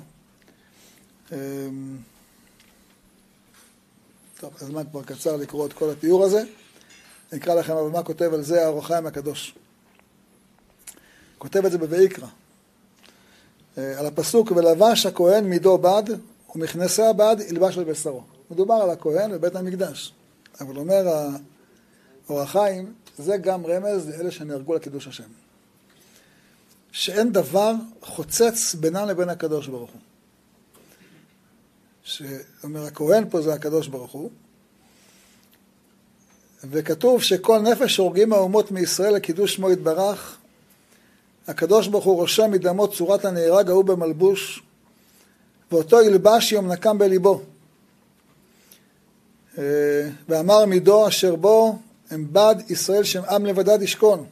טוב, הזמן כבר קצר לקרוא את כל התיאור הזה. אני אקרא לכם אבל מה כותב על זה האור החיים הקדוש. כותב את זה בויקרא. על הפסוק, ולבש הכהן מידו בד, ומכנסי הבד ילבש על בשרו. מדובר על הכהן בבית המקדש. אבל אומר האור החיים, זה גם רמז לאלה שנהרגו לקידוש השם. שאין דבר חוצץ בינם לבין הקדוש ברוך הוא. שאומר, הכהן פה זה הקדוש ברוך הוא, וכתוב שכל נפש שהורגים האומות מישראל לקידוש שמו יתברך, הקדוש ברוך הוא רושם מדמו צורת הנהרג ההוא במלבוש, ואותו ילבש יום נקם בליבו. ואמר מידו אשר בו הם בד ישראל שם עם לבדד ישכון.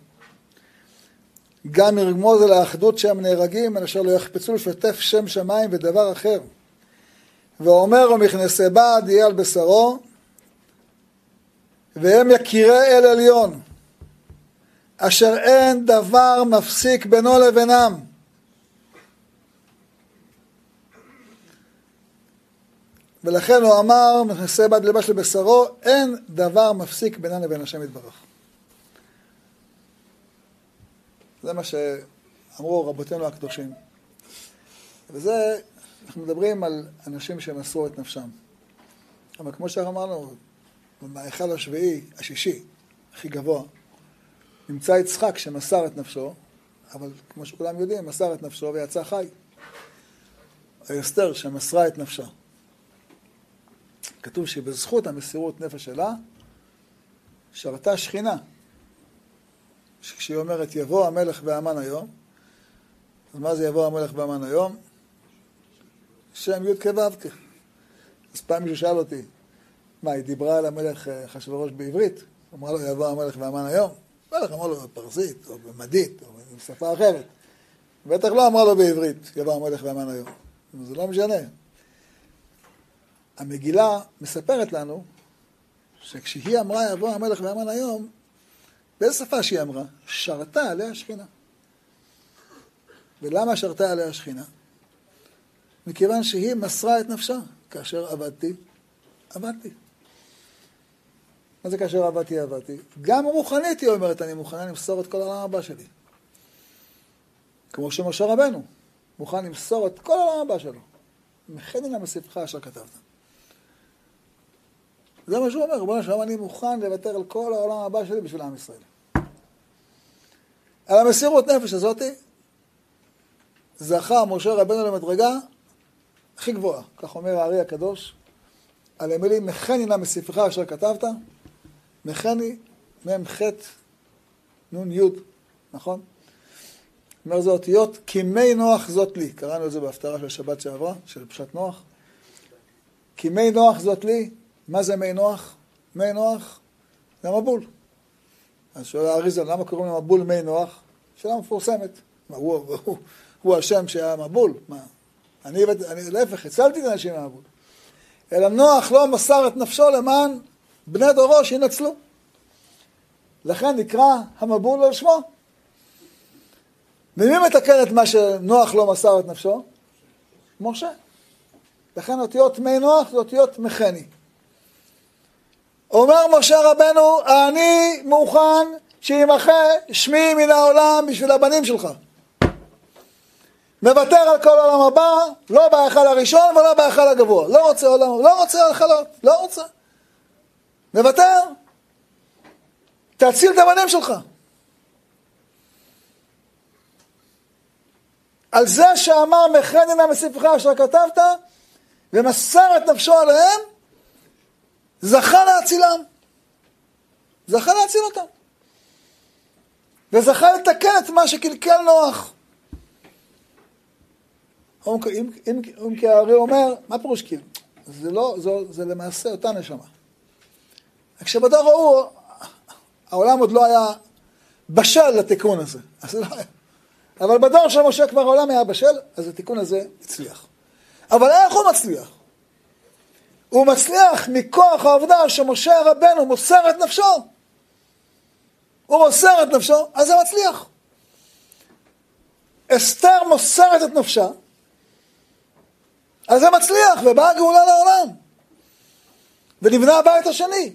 גם ירמוז על האחדות שהם נהרגים, אשר לא יחפצו לפתף שם שמיים ודבר אחר. ואומר ומכנסי בד יהיה על בשרו, והם יקירי אל עליון, אשר אין דבר מפסיק בינו לבינם. ולכן הוא אמר, מכנסי בד לבש לבשרו, אין דבר מפסיק בינם לבין השם יתברך. זה מה שאמרו רבותינו הקדושים. וזה, אנחנו מדברים על אנשים שמסרו את נפשם. אבל כמו שאמרנו, במאכל השביעי, השישי, הכי גבוה, נמצא יצחק שמסר את נפשו, אבל כמו שכולם יודעים, מסר את נפשו ויצא חי. אסתר שמסרה את נפשה. כתוב שבזכות המסירות נפש שלה, שרתה שכינה. כשהיא אומרת, יבוא המלך והמן היום, אז מה זה יבוא המלך והמן היום? שם י' כו' כ'. אז פעם מישהו שאל אותי, מה, היא דיברה על המלך אחשוורוש בעברית? אמרה לו, יבוא המלך והמן היום? המלך אמר לו בפרסית, או במדית, או בשפה אחרת. בטח לא אמרה לו בעברית, יבוא המלך והמן היום. זה לא משנה. המגילה מספרת לנו, שכשהיא אמרה, יבוא המלך והמן היום, באיזה שפה שהיא אמרה? שרתה עליה שכינה. ולמה שרתה עליה שכינה? מכיוון שהיא מסרה את נפשה. כאשר עבדתי, עבדתי. מה זה כאשר עבדתי, עבדתי? גם רוחנית היא אומרת, אני מוכנה למסור את כל העולם הבא שלי. כמו שמשה רבנו, מוכן למסור את כל העולם הבא שלו. מכני למספך אשר כתבת. זה מה שהוא אומר, רבונו שלום, אני מוכן לוותר על כל העולם הבא שלי בשביל עם ישראל. על המסירות נפש הזאת, זכה משה רבנו למדרגה הכי גבוהה, כך אומר הארי הקדוש, על המילים, מכני נא מספרך אשר כתבת, מכני, מם חטא, נון יוד, נכון? אומר זה אותיות, כי מי נוח זאת לי, קראנו את זה בהפטרה של שבת שעברה, של פשט נוח, כי מי נוח זאת לי, מה זה מי נוח? מי נוח זה מבול. אז שואל האריזל, למה קוראים למבול מי נוח? שאלה מפורסמת. מה, הוא, הוא, הוא השם שהיה מבול, מה? אני, אני להפך, הצלתי את האנשים מהמבול. אלא נוח לא מסר את נפשו למען בני דורו שינצלו. לכן נקרא המבול על שמו. ומי מתקן את מה שנוח לא מסר את נפשו? משה. לכן אותיות מי נוח זה אותיות מחני. אומר משה רבנו, אני מוכן שימחה שמי מן העולם בשביל הבנים שלך. מוותר על כל עולם הבא, לא בהיכל הראשון ולא בהיכל הגבוה. לא רוצה עולם, לא רוצה היכלות, לא רוצה. מוותר. תציל את הבנים שלך. על זה שאמר מחננה מספרך אשר כתבת, ומסר את נפשו עליהם, זכה להצילם. זכה להציל אותם. וזכה לתקן את מה שקלקל נוח. אם, אם, אם כי הארי אומר, מה פירוש כאילו? זה לא, זה, זה למעשה אותה נשמה. כשבדור ההוא, העולם עוד לא היה בשל לתיקון הזה. אז לא היה. אבל בדור של משה כבר העולם היה בשל, אז התיקון הזה הצליח. אבל איך הוא מצליח? הוא מצליח מכוח העובדה שמשה רבנו מוסר את נפשו. הוא מוסר את נפשו, אז זה מצליח. אסתר מוסרת את נפשה, אז זה מצליח, ובאה גאולה לעולם. ונבנה הבית השני.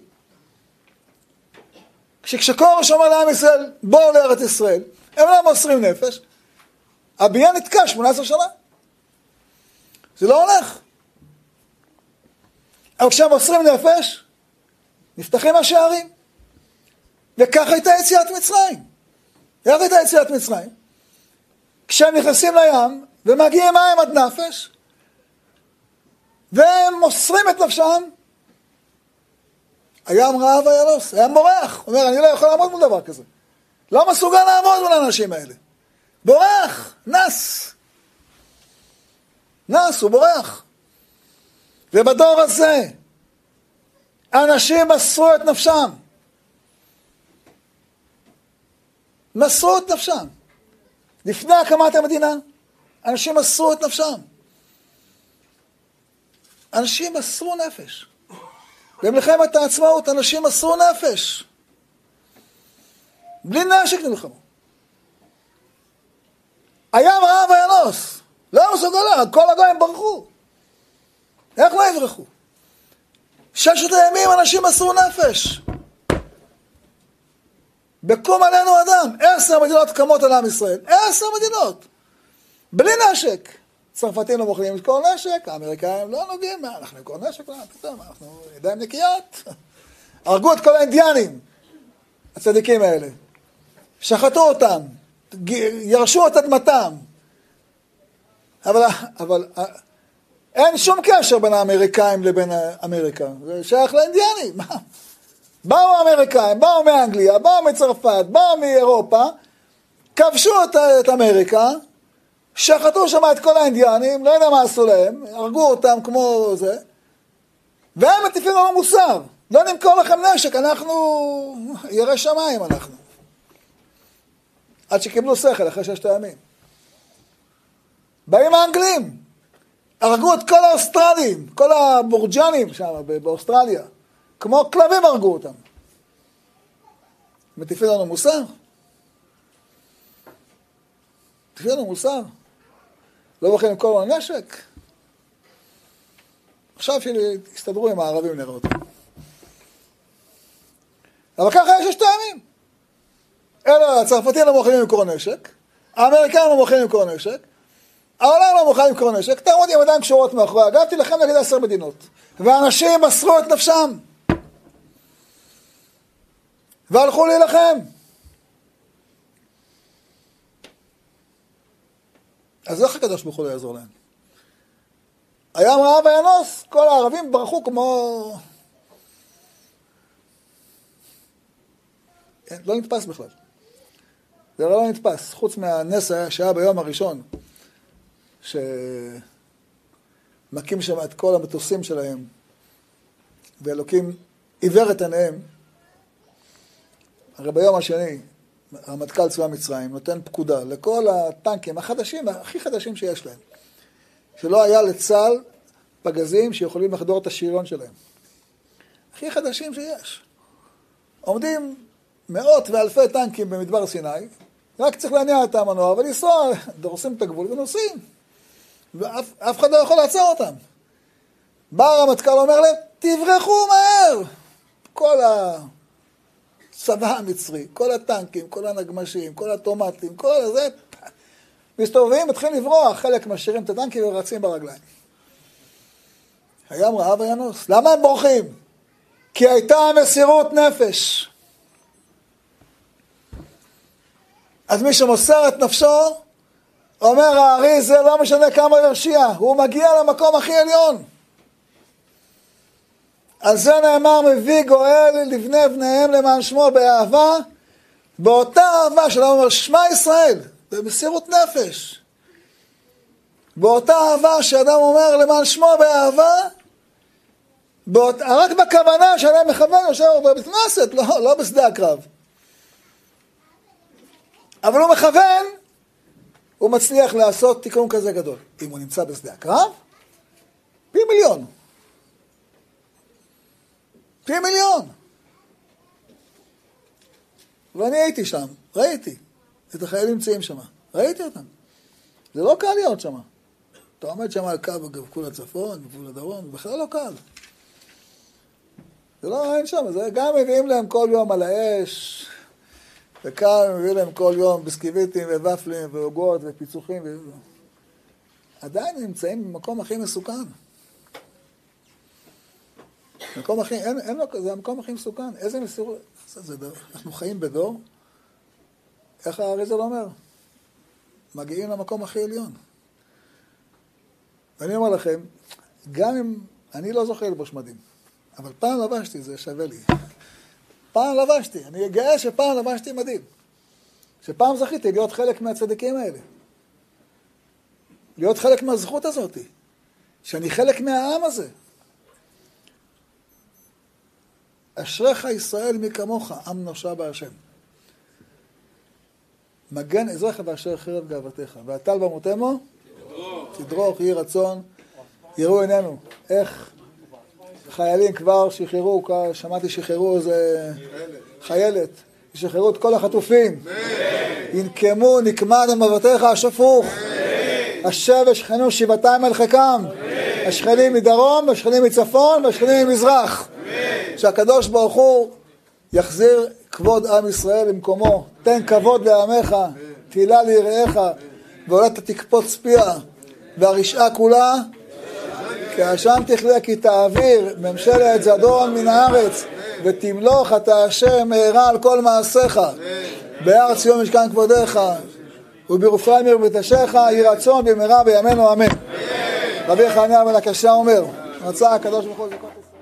כשקורש אומר לעם ישראל, בואו לארץ ישראל, הם לא מוסרים נפש, הבניין נתקע שמונה עשרה שנה. זה לא הולך. אבל כשהם מוסרים נפש, נפתחים השערים. וככה הייתה יציאת מצרים. איך הייתה יציאת מצרים? כשהם נכנסים לים, ומגיעים מים עד נפש, והם מוסרים את נפשם, הים רעב וינוס, הים בורח. הוא אומר, אני לא יכול לעמוד מול דבר כזה. לא מסוגל לעמוד מול האנשים האלה. בורח, נס. נס, הוא בורח. ובדור הזה, אנשים מסרו את נפשם. מסרו את נפשם. לפני הקמת המדינה, אנשים מסרו את נפשם. אנשים מסרו נפש. במלחמת העצמאות, אנשים מסרו נפש. בלי נשק נלחמו. הים רעב וינוס. לא מסוגל, כל הגויים ברחו. איך לא יברחו? ששת הימים אנשים מסרו נפש. בקום עלינו אדם. עשר מדינות קמות על עם ישראל. עשר מדינות. בלי נשק. צרפתים לא מוכנים את כל נשק, האמריקאים לא נוגעים, אנחנו עם כל נשק, לא, פתאום, אנחנו ידיים נקיות. הרגו את כל האינדיאנים, הצדיקים האלה. שחטו אותם, ירשו את אדמתם. אבל, אבל אין שום קשר בין האמריקאים לבין אמריקה. זה שייך לאינדיאנים. באו האמריקאים, באו מאנגליה, באו מצרפת, באו מאירופה, כבשו את, את אמריקה, שחטו שם את כל האינדיאנים, לא יודע מה עשו להם, הרגו אותם כמו זה, והם מטיפים לנו מוסר. לא נמכור לכם נשק, אנחנו ירא שמיים אנחנו. עד שקיבלו שכל אחרי ששת הימים. באים האנגלים, הרגו את כל האוסטרלים, כל הבורג'נים שם באוסטרליה, כמו כלבים הרגו אותם. מטיפים לנו מוסר? מטיפים לנו מוסר? לא בוחרים עם כל הנשק? עכשיו שיסתדרו עם הערבים נראה אותם. אבל ככה יש שתי ימים. אלא הצרפתים לא מוכנים למכור נשק, האמריקאים לא מוכנים למכור נשק, העולם לא מוכן למכור נשק, תעמוד עם ידיים קשורות מאחורי הגב, תילחם נגד עשר מדינות. ואנשים מסרו את נפשם. והלכו להילחם. אז איך הקדוש ברוך הוא לא יעזור להם? הים רעב וינוס, כל הערבים ברחו כמו... לא נתפס בכלל. זה לא נתפס, חוץ מהנס שהיה ביום הראשון, שמקים שם את כל המטוסים שלהם, ואלוקים עיוור את עיניהם. הרי ביום השני, רמטכ"ל צבא מצרים, נותן פקודה לכל הטנקים החדשים, הכי חדשים שיש להם, שלא היה לצה"ל פגזים שיכולים לחדור את השריון שלהם. הכי חדשים שיש. עומדים מאות ואלפי טנקים במדבר סיני, רק צריך להניע את המנוע ולנסוע, דורסים את הגבול ונוסעים. ואף אף אחד לא יכול לעצור אותם. בא הרמטכ"ל אומר להם, תברחו מהר! כל הצבא המצרי, כל הטנקים, כל הנגמשים, כל הטומטים, כל הזה, מסתובבים, מתחילים לברוח, חלק משאירים את הטנקים ורצים ברגליים. הים רעב וינוס. למה הם בורחים? כי הייתה מסירות נפש. אז מי שמוסר את נפשו, אומר הארי, זה לא משנה כמה ירשיע, הוא מגיע למקום הכי עליון. על זה נאמר, מביא גואל לבני בניהם למען שמו באהבה, באותה אהבה שלנו אומר, שמע ישראל, במסירות נפש. באותה אהבה שאדם אומר למען שמו באהבה, באות... רק בכוונה שאדם מכוון, יושב בבית כנסת, לא, לא בשדה הקרב. אבל הוא מכוון, הוא מצליח לעשות תיקון כזה גדול. אם הוא נמצא בשדה הקרב, פי מיליון. פי מיליון. ואני הייתי שם, ראיתי את החיילים נמצאים שם, ראיתי אותם. זה לא קל להיות שם. אתה עומד שם על קו בגבול הצפון, בגבול הדרום, בכלל לא קל. זה לא, אין שם, זה גם מביאים להם כל יום על האש, וכאן מביאים להם כל יום בסקיביטים וופלים ועוגות ופיצוחים. ו... עדיין נמצאים במקום הכי מסוכן. מקום הכי, אין, אין לו, זה המקום הכי מסוכן. איזה מסירות, זה דור. אנחנו חיים בדור, איך האריזל אומר? מגיעים למקום הכי עליון. ואני אומר לכם, גם אם, אני לא זוכר לבוש מדים, אבל פעם לבשתי, זה שווה לי. פעם לבשתי, אני גאה שפעם לבשתי מדים. שפעם זכיתי להיות חלק מהצדיקים האלה. להיות חלק מהזכות הזאת. שאני חלק מהעם הזה. אשריך ישראל מי כמוך, עם נושע בהשם. מגן עזרך ואשר חרב גאוותך. והטל במותמו, תדרוך, יהי רצון, יראו עינינו. איך חיילים כבר שחררו, שמעתי שחררו איזה חיילת, שחררו את כל החטופים. ינקמו, נקמת במבטיך השפוך. השב השכנו שבעתיים אל חיקם. השכנים מדרום, השכנים מצפון, והשכנים ממזרח. שהקדוש ברוך הוא יחזיר כבוד עם ישראל למקומו. תן כבוד לעמך, תהילה ליראיך, ועולת תקפוץ פיה, והרשעה כולה, כי השם תכלה כי תעביר ממשלת זדון מן הארץ, ותמלוך אתה השם מהרה על כל מעשיך, בהר ציון משכן כבודך, ובירושלים ירבתשך, יהי רצון במהרה בימינו אמן. רבי חנינא בן עקשיא אומר, רצה הקדוש ברוך הוא זכות ישראל.